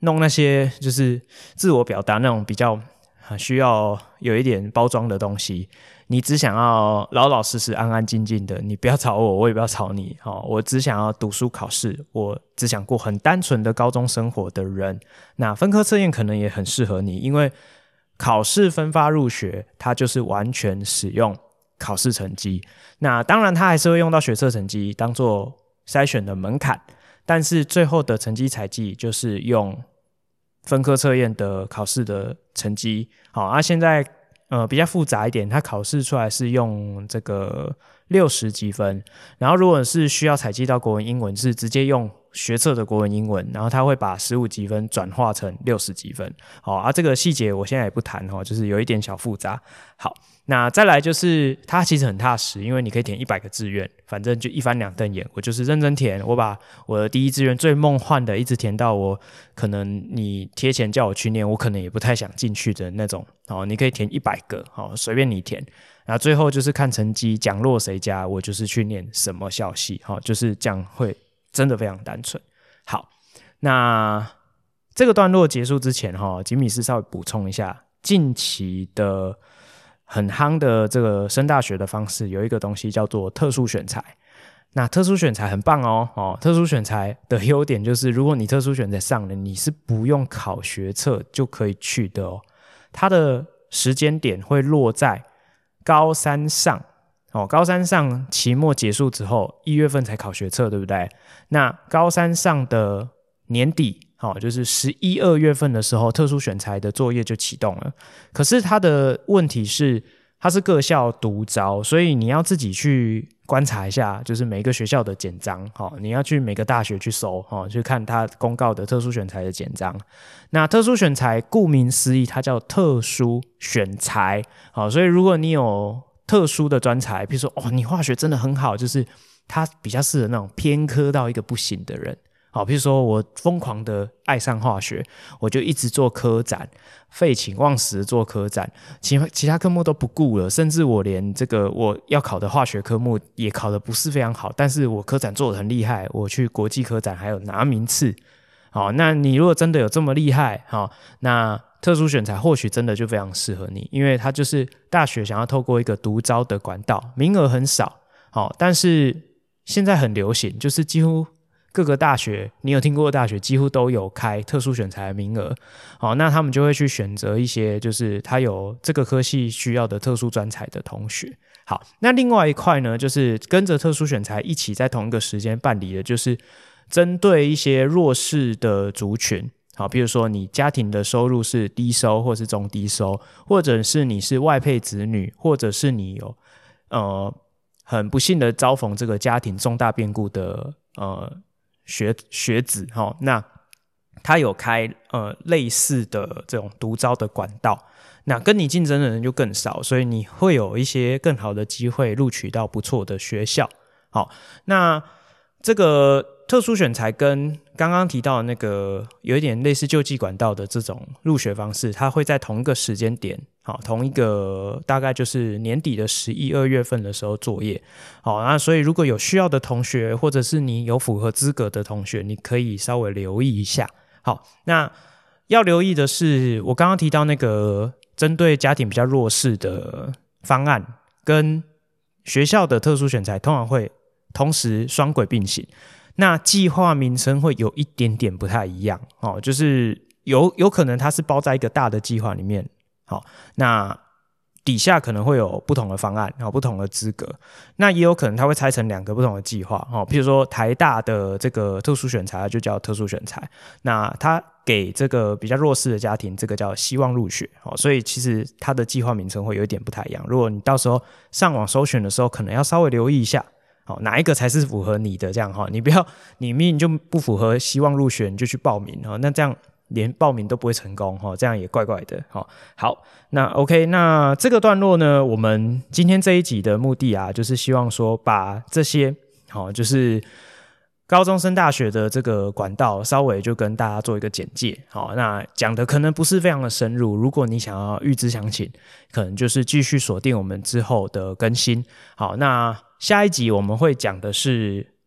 弄那些就是自我表达那种比较需要有一点包装的东西，你只想要老老实实安安静静的，你不要吵我，我也不要吵你、哦、我只想要读书考试，我只想过很单纯的高中生活的人，那分科测验可能也很适合你，因为考试分发入学它就是完全使用考试成绩，那当然它还是会用到学测成绩当做筛选的门槛，但是最后的成绩采集就是用分科测验的考试的成绩。好啊，现在呃比较复杂一点，它考试出来是用这个六十几分，然后如果是需要采集到国文英文是直接用学测的国文英文，然后它会把十五几分转化成六十几分。好啊，这个细节我现在也不谈哦，就是有一点小复杂。好，那再来就是它其实很踏实，因为你可以填一百个志愿，反正就一翻两瞪眼，我就是认真填，我把我的第一志愿最梦幻的一直填到我可能你贴钱叫我去念，我可能也不太想进去的那种。好，你可以填一百个，好，随便你填。然后最后就是看成绩，奖落谁家，我就是去念什么校系，好，就是这样，会真的非常单纯。好，那这个段落结束之前，吉米斯稍微补充一下，近期的很夯的这个升大学的方式，有一个东西叫做特殊选才。那特殊选才很棒哦，哦特殊选才的优点就是，如果你特殊选才上了，你是不用考学测就可以去的哦。它的时间点会落在高三上。哦，高三上期末结束之后，一月份才考学测，对不对？那高三上的年底，哦，就是十一二月份的时候，特殊选才的作业就启动了。可是它的问题是，它是各校独招，所以你要自己去观察一下，就是每个学校的简章，哦，你要去每个大学去搜，哦，去看它公告的特殊选才的简章。那特殊选才顾名思义，它叫特殊选才，哦，所以如果你有特殊的专才，比如说哦，你化学真的很好，就是他比较适合那种偏科到一个不行的人。好，比如说我疯狂的爱上化学，我就一直做科展，废寝忘食做科展，其其他科目都不顾了，甚至我连这个我要考的化学科目也考得不是非常好，但是我科展做得很厉害，我去国际科展还有拿名次。好，那你如果真的有这么厉害，好，那特殊选才或许真的就非常适合你，因为它就是大学想要透过一个独招的管道，名额很少，好，但是现在很流行，就是几乎各个大学，你有听过的大学几乎都有开特殊选才的名额，好，那他们就会去选择一些就是他有这个科系需要的特殊专才的同学。好，那另外一块呢，就是跟着特殊选才一起在同一个时间办理的，就是针对一些弱势的族群。好，比如说你家庭的收入是低收或是中低收，或者是你是外配子女，或者是你有呃很不幸的遭逢这个家庭重大变故的呃学学子，齁，那他有开呃类似的这种独招的管道，那跟你竞争的人就更少，所以你会有一些更好的机会录取到不错的学校。好，那这个特殊选才跟刚刚提到的那个有一点类似救济管道的这种入学方式，它会在同一个时间点，好，同一个大概就是年底的十一二月份的时候作业。好，那所以如果有需要的同学，或者是你有符合资格的同学，你可以稍微留意一下。好，那要留意的是，我刚刚提到那个针对家庭比较弱势的方案，跟学校的特殊选才通常会同时双轨并行，那计划名称会有一点点不太一样，哦，就是有有可能它是包在一个大的计划里面，好，那底下可能会有不同的方案，不同的资格，那也有可能它会拆成两个不同的计划，譬如说台大的这个特殊选才就叫特殊选才，那它给这个比较弱势的家庭，这个叫希望入学，所以其实它的计划名称会有一点不太一样，如果你到时候上网搜寻的时候，可能要稍微留意一下，好，哪一个才是符合你的，这样哈，你不要你明明就不符合希望入学你就去报名，那这样连报名都不会成功，这样也怪怪的。好，那 OK， 那这个段落呢，我们今天这一集的目的啊，就是希望说把这些就是高中升大学的这个管道稍微就跟大家做一个简介。好，那讲的可能不是非常的深入，如果你想要预知详情，可能就是继续锁定我们之后的更新。好，那下一集我们会讲的是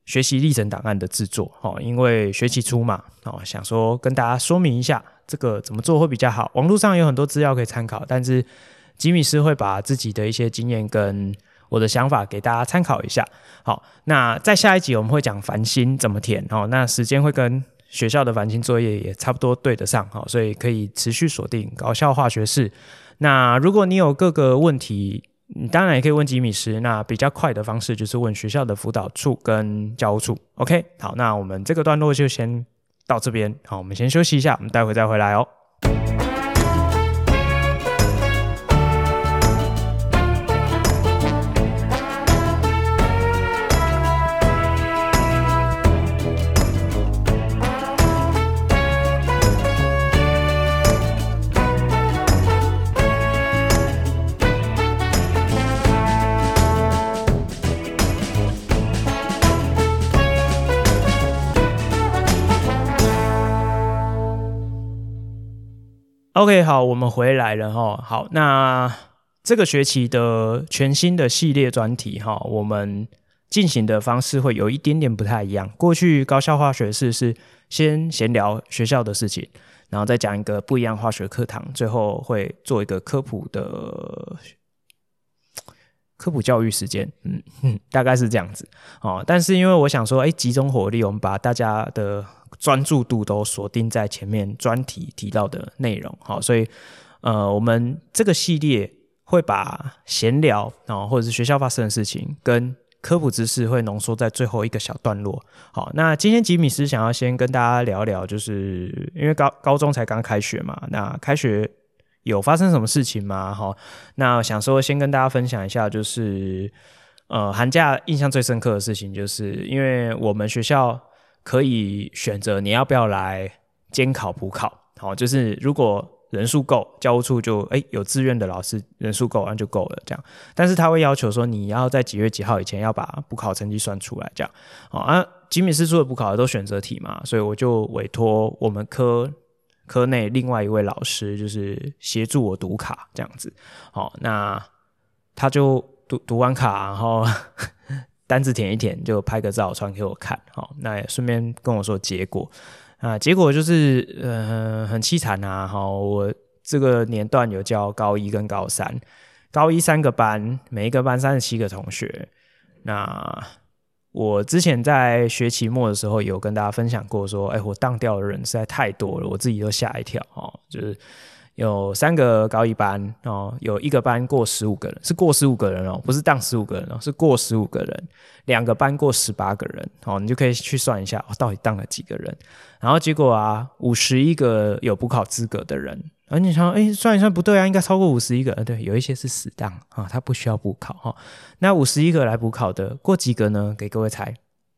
学习历程档案的制作，因为学期初嘛，想说跟大家说明一下这个怎么做会比较好。网络上有很多资料可以参考，但是吉米师会把自己的一些经验跟我的想法给大家参考一下。好，那在下一集我们会讲繁星怎么填，那时间会跟学校的繁星作业也差不多对得上，所以可以持续锁定高效化学式。那如果你有各个问题，你当然也可以问吉米师，那比较快的方式就是问学校的辅导处跟教务处。 OK， 好，那我们这个段落就先到这边，好，我们先休息一下，我们待会再回来哦。OK， 好，我们回来了齁。好，那这个学期的全新的系列专题齁，我们进行的方式会有一点点不太一样。过去高效化学式是先闲聊学校的事情，然后再讲一个不一样化学课堂，最后会做一个科普的科普教育时间，嗯嗯，大概是这样子哦。但是因为我想说，哎，集中火力，我们把大家的专注度都锁定在前面专题提到的内容，好，所以呃，我们这个系列会把闲聊、哦、或者是学校发生的事情跟科普知识会浓缩在最后一个小段落。好，那今天吉米师想要先跟大家聊聊，就是因为高高中才刚开学嘛，那开学有发生什么事情吗？好，那想说先跟大家分享一下，就是呃，寒假印象最深刻的事情，就是因为我们学校可以选择你要不要来监考补考，好，就是如果人数够，教务处就哎有自愿的老师人数够，那就够了这样。但是他会要求说你要在几月几号以前要把补考成绩算出来这样。好啊，吉米师出的补考的都选择题嘛，所以我就委托我们科科内另外一位老师，就是协助我读卡这样子。好，那他就读读完卡，然后单字填一填，就拍个照传给我看。好，那也顺便跟我说结果。啊，结果就是呃很凄惨啊。好，我这个年段有教高一跟高三，高一三个班，每一个班三十七个同学。那我之前在学期末的时候有跟大家分享过说，哎，我当掉的人实在太多了，我自己都吓一跳哦。就是有三个高一班哦，有一个班过十五个人，是过十五个人哦，不是当十五个人哦，是过十五个人。两个班过十八个人哦，你就可以去算一下，哦，到底当了几个人。然后结果啊，五十一个有补考资格的人，而你想，哎，算一算不对啊，应该超过五十一个。对，有一些是死当啊，他不需要补考哈。那五十一个来补考的，过几个呢？给各位猜。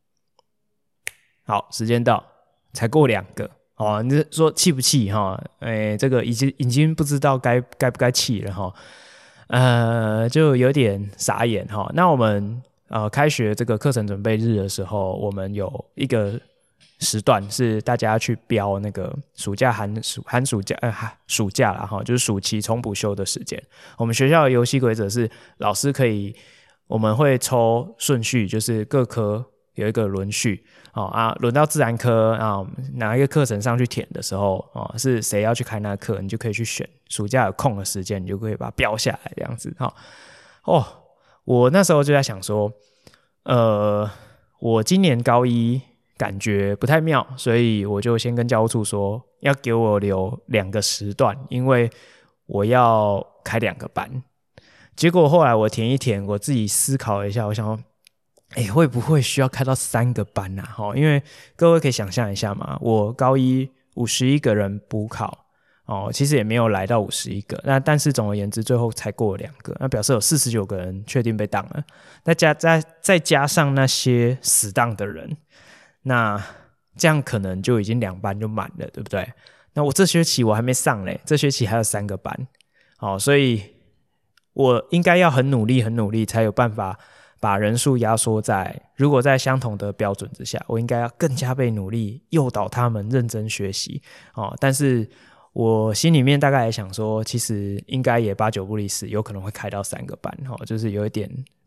好，时间到，才过两个哦。你说气不气哈？哎，这个已经已经不知道该该不该气了哈。呃，就有点傻眼哈。那我们呃开学这个课程准备日的时候，我们有一个时段是大家去标那个暑假寒暑寒暑假呃暑假啦齁，就是暑期重补修的时间。我们学校的游戏规则是老师可以，我们会抽顺序，就是各科有一个轮序哦啊，轮到自然科啊，哪一个课程上去填的时候哦，是谁要去开那个课，你就可以去选。暑假有空的时间，你就可以把它标下来这样子哈。哦，我那时候就在想说，呃，我今年高一感觉不太妙，所以我就先跟教务处说要给我留两个时段，因为我要开两个班。结果后来我填一填，我自己思考了一下，我想说，哎，会不会需要开到三个班啊？因为各位可以想象一下嘛，我高一五十一个人补考哦，其实也没有来到五十一个，那但是总而言之，最后才过了两个，那表示有四十九个人确定被当了。那加再再加上那些死当的人，那这样可能就已经两班就满了，对不对？那我这学期我还没上嘞，这学期还有三个班，哦，所以我应该要很努力很努力才有办法把人数压缩在，如果在相同的标准之下，我应该要更加倍努力诱导他们认真学习，哦，但是我心里面大概也想说，其实应该也八九不离十，有可能会开到三个班，哦，就是有一点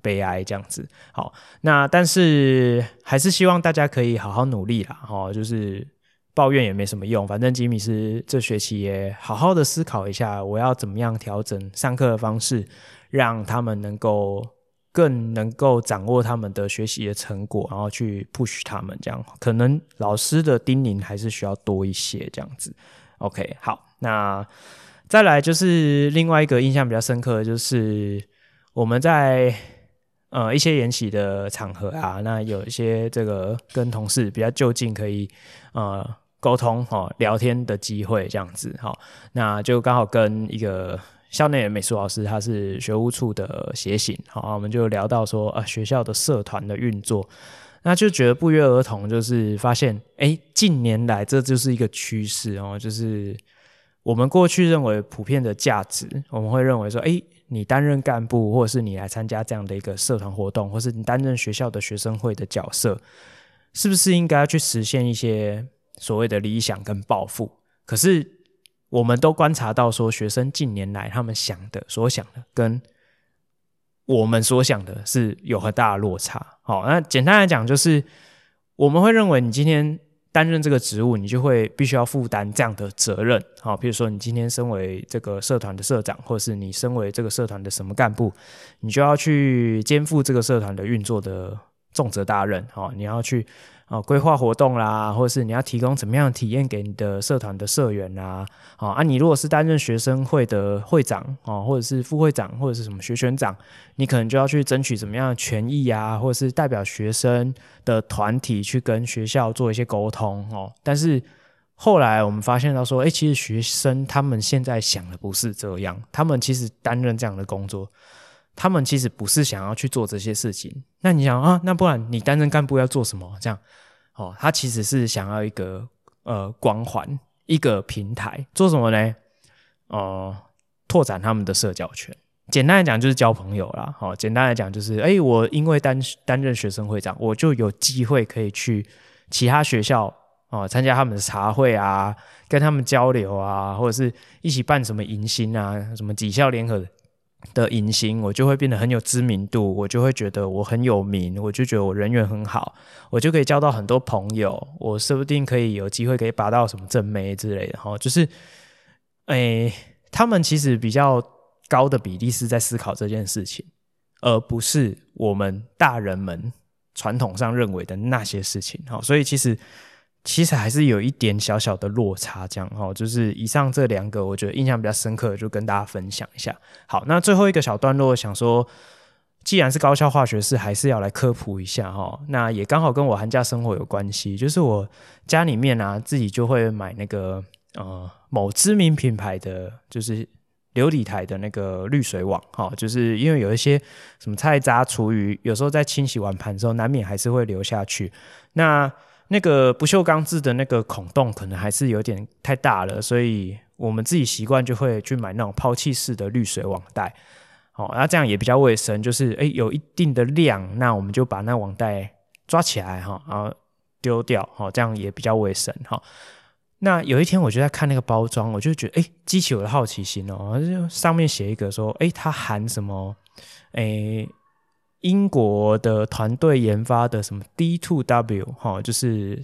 悲哀这样子。好，那但是还是希望大家可以好好努力啦，哦，就是抱怨也没什么用，反正吉米斯这学期也好好的思考一下，我要怎么样调整上课的方式，让他们能够更能够掌握他们的学习的成果，然后去 push 他们，这样可能老师的叮咛还是需要多一些这样子。OK， 好，那再来就是另外一个印象比较深刻的就是我们在呃一些研习的场合啊，那有一些这个跟同事比较就近可以呃沟通哦聊天的机会这样子。好，那就刚好跟一个校内的美术老师，他是学务处的协行，好，我们就聊到说啊学校的社团的运作，那就觉得不约而同就是发现诶近年来这就是一个趋势哦，就是我们过去认为普遍的价值，我们会认为说诶你担任干部，或者是你来参加这样的一个社团活动，或是你担任学校的学生会的角色，是不是应该去实现一些所谓的理想跟抱负？可是我们都观察到说学生近年来他们想的所想的跟我们所想的是有很大的落差。好，那简单来讲就是我们会认为你今天担任这个职务，你就会必须要负担这样的责任。好，比如说你今天身为这个社团的社长，或者是你身为这个社团的什么干部，你就要去肩负这个社团的运作的重责大任。好，你要去哦，规划活动啦，或者是你要提供怎么样的体验给你的社团的社员啦，哦、啊，你如果是担任学生会的会长哦，或者是副会长，或者是什么学选长，你可能就要去争取怎么样的权益啊，或者是代表学生的团体去跟学校做一些沟通哦。但是后来我们发现到说，哎，其实学生他们现在想的不是这样，他们其实担任这样的工作，他们其实不是想要去做这些事情。那你想啊，那不然你担任干部要做什么？这样哦，他其实是想要一个呃光环，一个平台，做什么呢？哦、呃，拓展他们的社交圈。简单来讲就是交朋友啦。哦，简单来讲就是，哎，我因为担担任学生会长，我就有机会可以去其他学校哦，参加他们的茶会啊，跟他们交流啊，或者是一起办什么迎新啊，什么几校联合的。的迎新，我就会变得很有知名度，我就会觉得我很有名，我就觉得我人缘很好，我就可以交到很多朋友，我说不定可以有机会可以拔到什么正妹之类的。就是诶，他们其实比较高的比例是在思考这件事情，而不是我们大人们传统上认为的那些事情。所以其实其实还是有一点小小的落差，这样齁，就是以上这两个我觉得印象比较深刻的，就跟大家分享一下。好，那最后一个小段落想说，既然是高校化学室，还是要来科普一下齁。那也刚好跟我寒假生活有关系，就是我家里面啊自己就会买那个呃某知名品牌的，就是流理台的那个滤水网齁，就是因为有一些什么菜渣厨余，有时候在清洗完盘之后，难免还是会流下去。那那个不锈钢制的那个孔洞可能还是有点太大了，所以我们自己习惯就会去买那种抛弃式的滤水网袋。好，那这样也比较卫生，就是诶有一定的量，那我们就把那网袋抓起来哈，然后丢掉，好，这样也比较卫生哈。那有一天我就在看那个包装，我就觉得诶激起我的好奇心哦，上面写一个说诶它含什么诶英国的团队研发的什么 D 二 W、哦、就是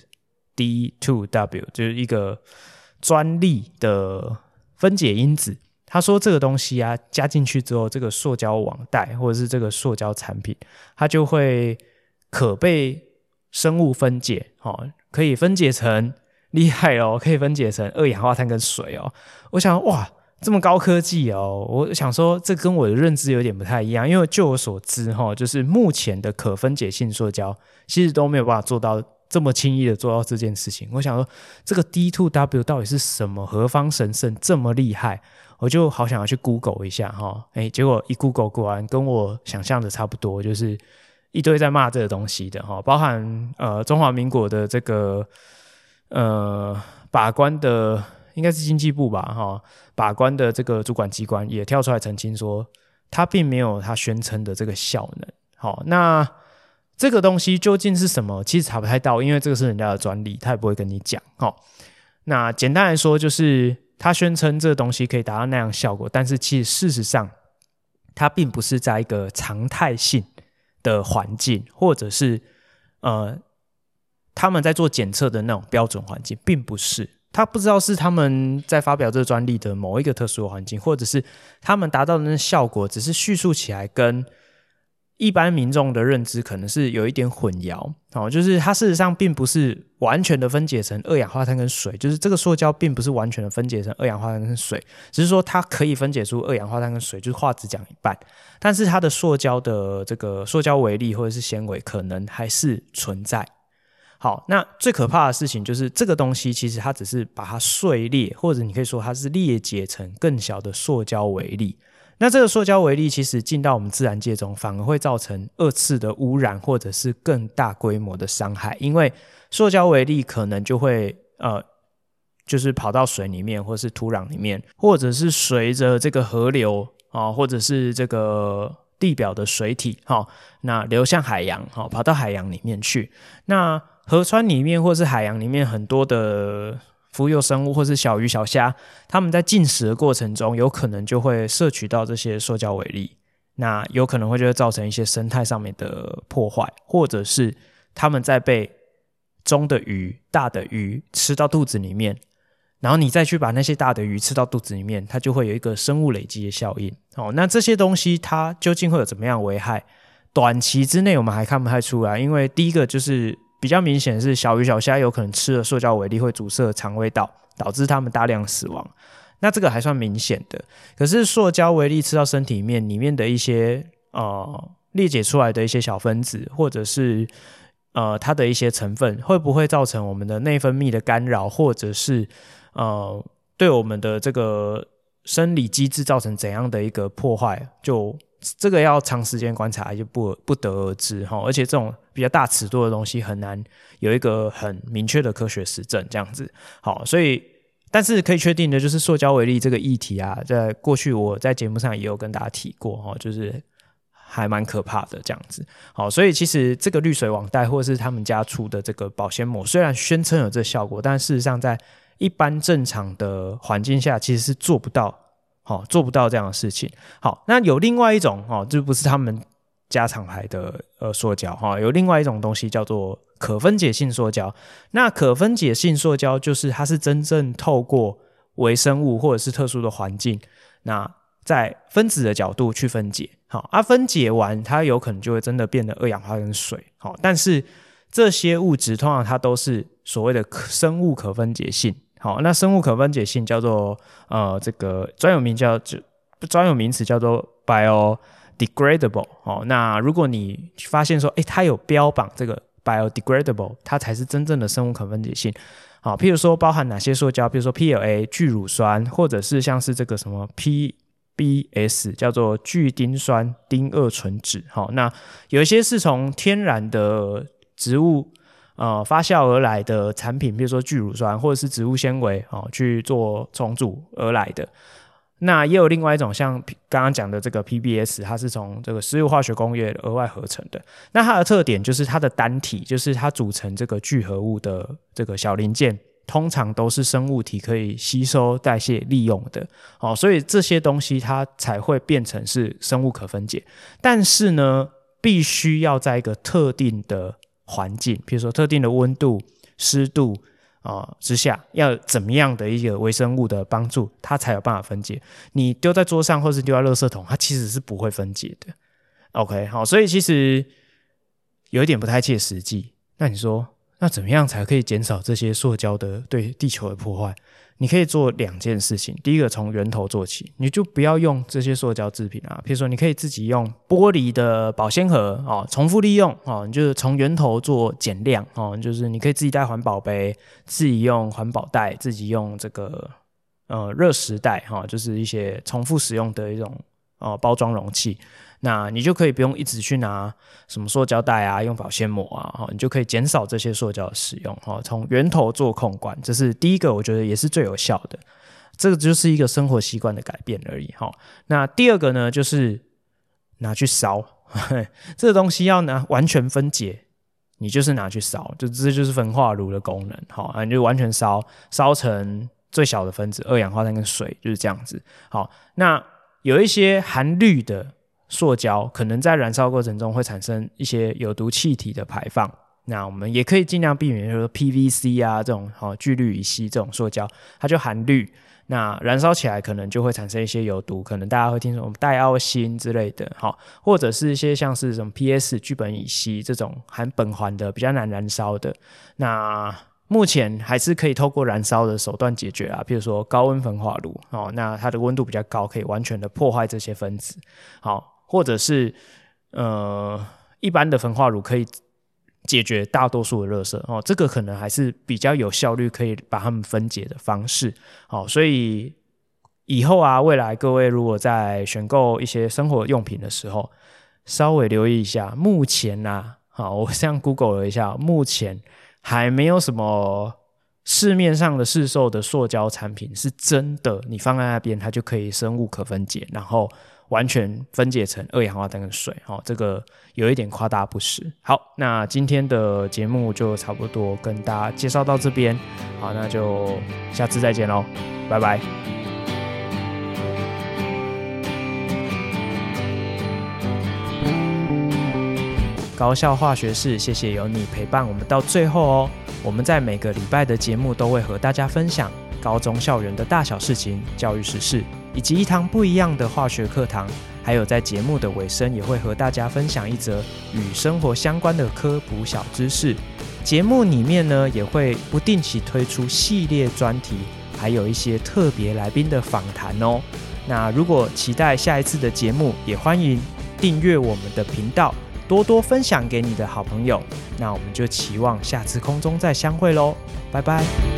D 二 W 就是一个专利的分解因子。他说这个东西啊加进去之后，这个塑胶网袋或者是这个塑胶产品，它就会可被生物分解、哦、可以分解成厉害哦，可以分解成二氧化碳跟水哦。我想哇这么高科技哦，我想说这跟我的认知有点不太一样，因为就我所知齁，就是目前的可分解性塑胶其实都没有办法做到这么轻易的做到这件事情。我想说这个 D 二 W 到底是什么何方神圣这么厉害，我就好想要去 Google 一下齁，诶结果一 Google 果然跟我想象的差不多，就是一堆在骂这个东西的齁，包含呃中华民国的这个呃把关的应该是经济部吧、哦、把关的这个主管机关也跳出来澄清说他并没有他宣称的这个效能。好，那这个东西究竟是什么其实查不太到，因为这个是人家的专利，他也不会跟你讲、哦、那简单来说就是他宣称这个东西可以达到那样效果，但是其实事实上它并不是在一个常态性的环境，或者是呃他们在做检测的那种标准环境，并不是。他不知道是他们在发表这个专利的某一个特殊的环境，或者是他们达到的那效果只是叙述起来跟一般民众的认知可能是有一点混淆、哦、就是它事实上并不是完全的分解成二氧化碳跟水，就是这个塑胶并不是完全的分解成二氧化碳跟水，只是说它可以分解出二氧化碳跟水，就是话只讲一半，但是它的塑胶的这个塑胶微粒或者是纤维可能还是存在。好，那最可怕的事情就是这个东西其实它只是把它碎裂，或者你可以说它是裂解成更小的塑胶微粒。那这个塑胶微粒其实进到我们自然界中，反而会造成二次的污染，或者是更大规模的伤害，因为塑胶微粒可能就会呃，就是跑到水里面，或者是土壤里面，或者是随着这个河流啊，或者是这个地表的水体，哦、那流向海洋，哦、跑到海洋里面去。那河川里面或是海洋里面很多的浮游生物或是小鱼小虾，它们在进食的过程中有可能就会摄取到这些塑胶微粒，那有可能会就会造成一些生态上面的破坏，或者是它们在被中的鱼大的鱼吃到肚子里面，然后你再去把那些大的鱼吃到肚子里面，它就会有一个生物累积的效应、哦、那这些东西它究竟会有怎么样的危害，短期之内我们还看不太出来，因为第一个就是比较明显的是小鱼小虾有可能吃了塑胶微粒会阻塞肠胃道，导致它们大量死亡，那这个还算明显的。可是塑胶微粒吃到身体里面，里面的一些呃裂解出来的一些小分子，或者是呃它的一些成分，会不会造成我们的内分泌的干扰，或者是呃对我们的这个生理机制造成怎样的一个破坏，就这个要长时间观察就 不, 不得而知，而且这种比较大尺度的东西很难有一个很明确的科学实证这样子。好，所以但是可以确定的就是塑胶微粒这个议题啊，在过去我在节目上也有跟大家提过，就是还蛮可怕的这样子。好，所以其实这个滤水网袋或是他们家出的这个保鲜膜，虽然宣称有这效果，但事实上在一般正常的环境下其实是做不到哦、做不到这样的事情。好，那有另外一种哦，就不是他们家厂牌的呃塑胶哈、哦，有另外一种东西叫做可分解性塑胶。那可分解性塑胶就是它是真正透过微生物或者是特殊的环境，那在分子的角度去分解。好，啊，分解完它有可能就会真的变得二氧化跟水。好，但是这些物质通常它都是所谓的生物可分解性。好，那生物可分解性叫做呃，这个专有名叫专有名词叫做 biodegradable。哦，那如果你发现说，哎，它有标榜这个 biodegradable， 它才是真正的生物可分解性。好，譬如说包含哪些塑胶，譬如说 P L A 聚乳酸，或者是像是这个什么 P B S 叫做聚丁酸丁二醇酯。好，那有一些是从天然的植物呃，发酵而来的产品，比如说聚乳酸或者是植物纤维、哦、去做重组而来的。那也有另外一种像刚刚讲的这个 P B S， 它是从这个石油化学工业额外合成的。那它的特点就是它的单体，就是它组成这个聚合物的这个小零件，通常都是生物体可以吸收代谢利用的、哦、所以这些东西它才会变成是生物可分解。但是呢，必须要在一个特定的环境，比如说特定的温度、湿度、呃、之下，要怎么样的一个微生物的帮助，它才有办法分解。你丢在桌上或是丢在垃圾桶，它其实是不会分解的。OK， 好，所以其实有一点不太切实际。那你说，那怎么样才可以减少这些塑胶的对地球的破坏？你可以做两件事情。第一个，从源头做起，你就不要用这些塑胶制品啊。比如说，你可以自己用玻璃的保鲜盒哦，重复利用哦，你就是从源头做减量哦，就是你可以自己带环保杯，自己用环保袋，自己用这个呃热食袋哈、哦，就是一些重复使用的一种呃包装容器。那你就可以不用一直去拿什么塑胶袋啊，用保鲜膜啊，你就可以减少这些塑胶的使用，从源头做控管，这是第一个，我觉得也是最有效的。这个就是一个生活习惯的改变而已。那第二个呢，就是拿去烧这个东西要拿完全分解，你就是拿去烧，就这就是焚化炉的功能。好，你就完全烧，烧成最小的分子，二氧化碳跟水，就是这样子。好，那有一些含氯的塑胶可能在燃烧过程中会产生一些有毒气体的排放，那我们也可以尽量避免，就是说 P V C 啊这种哦聚氯乙烯这种塑胶，它就含氯，那燃烧起来可能就会产生一些有毒，可能大家会听说戴奥辛之类的，好，或者是一些像是什么 P S 聚苯乙烯这种含苯环的比较难燃烧的，那目前还是可以透过燃烧的手段解决啊，比如说高温焚化炉哦，那它的温度比较高，可以完全的破坏这些分子，好，或者是呃一般的焚化炉可以解决大多数的垃圾哦，这个可能还是比较有效率，可以把它们分解的方式。好，所以以后啊，未来各位如果在选购一些生活用品的时候，稍微留意一下。目前啊，好，我这样 Google 了一下，目前还没有什么市面上的市售的塑胶产品是真的，你放在那边它就可以生物可分解，然后完全分解成二氧化碳跟水，哦，这个有一点夸大不实。好，那今天的节目就差不多跟大家介绍到这边，好，那就下次再见咯，拜拜。高效化学室，谢谢有你陪伴我们到最后哦。我们在每个礼拜的节目都会和大家分享高中校园的大小事情、教育时事，以及一堂不一样的化学课堂。还有在节目的尾声也会和大家分享一则与生活相关的科普小知识。节目里面呢也会不定期推出系列专题，还有一些特别来宾的访谈哦。那如果期待下一次的节目，也欢迎订阅我们的频道，多多分享给你的好朋友。那我们就期望下次空中再相会咯，拜拜。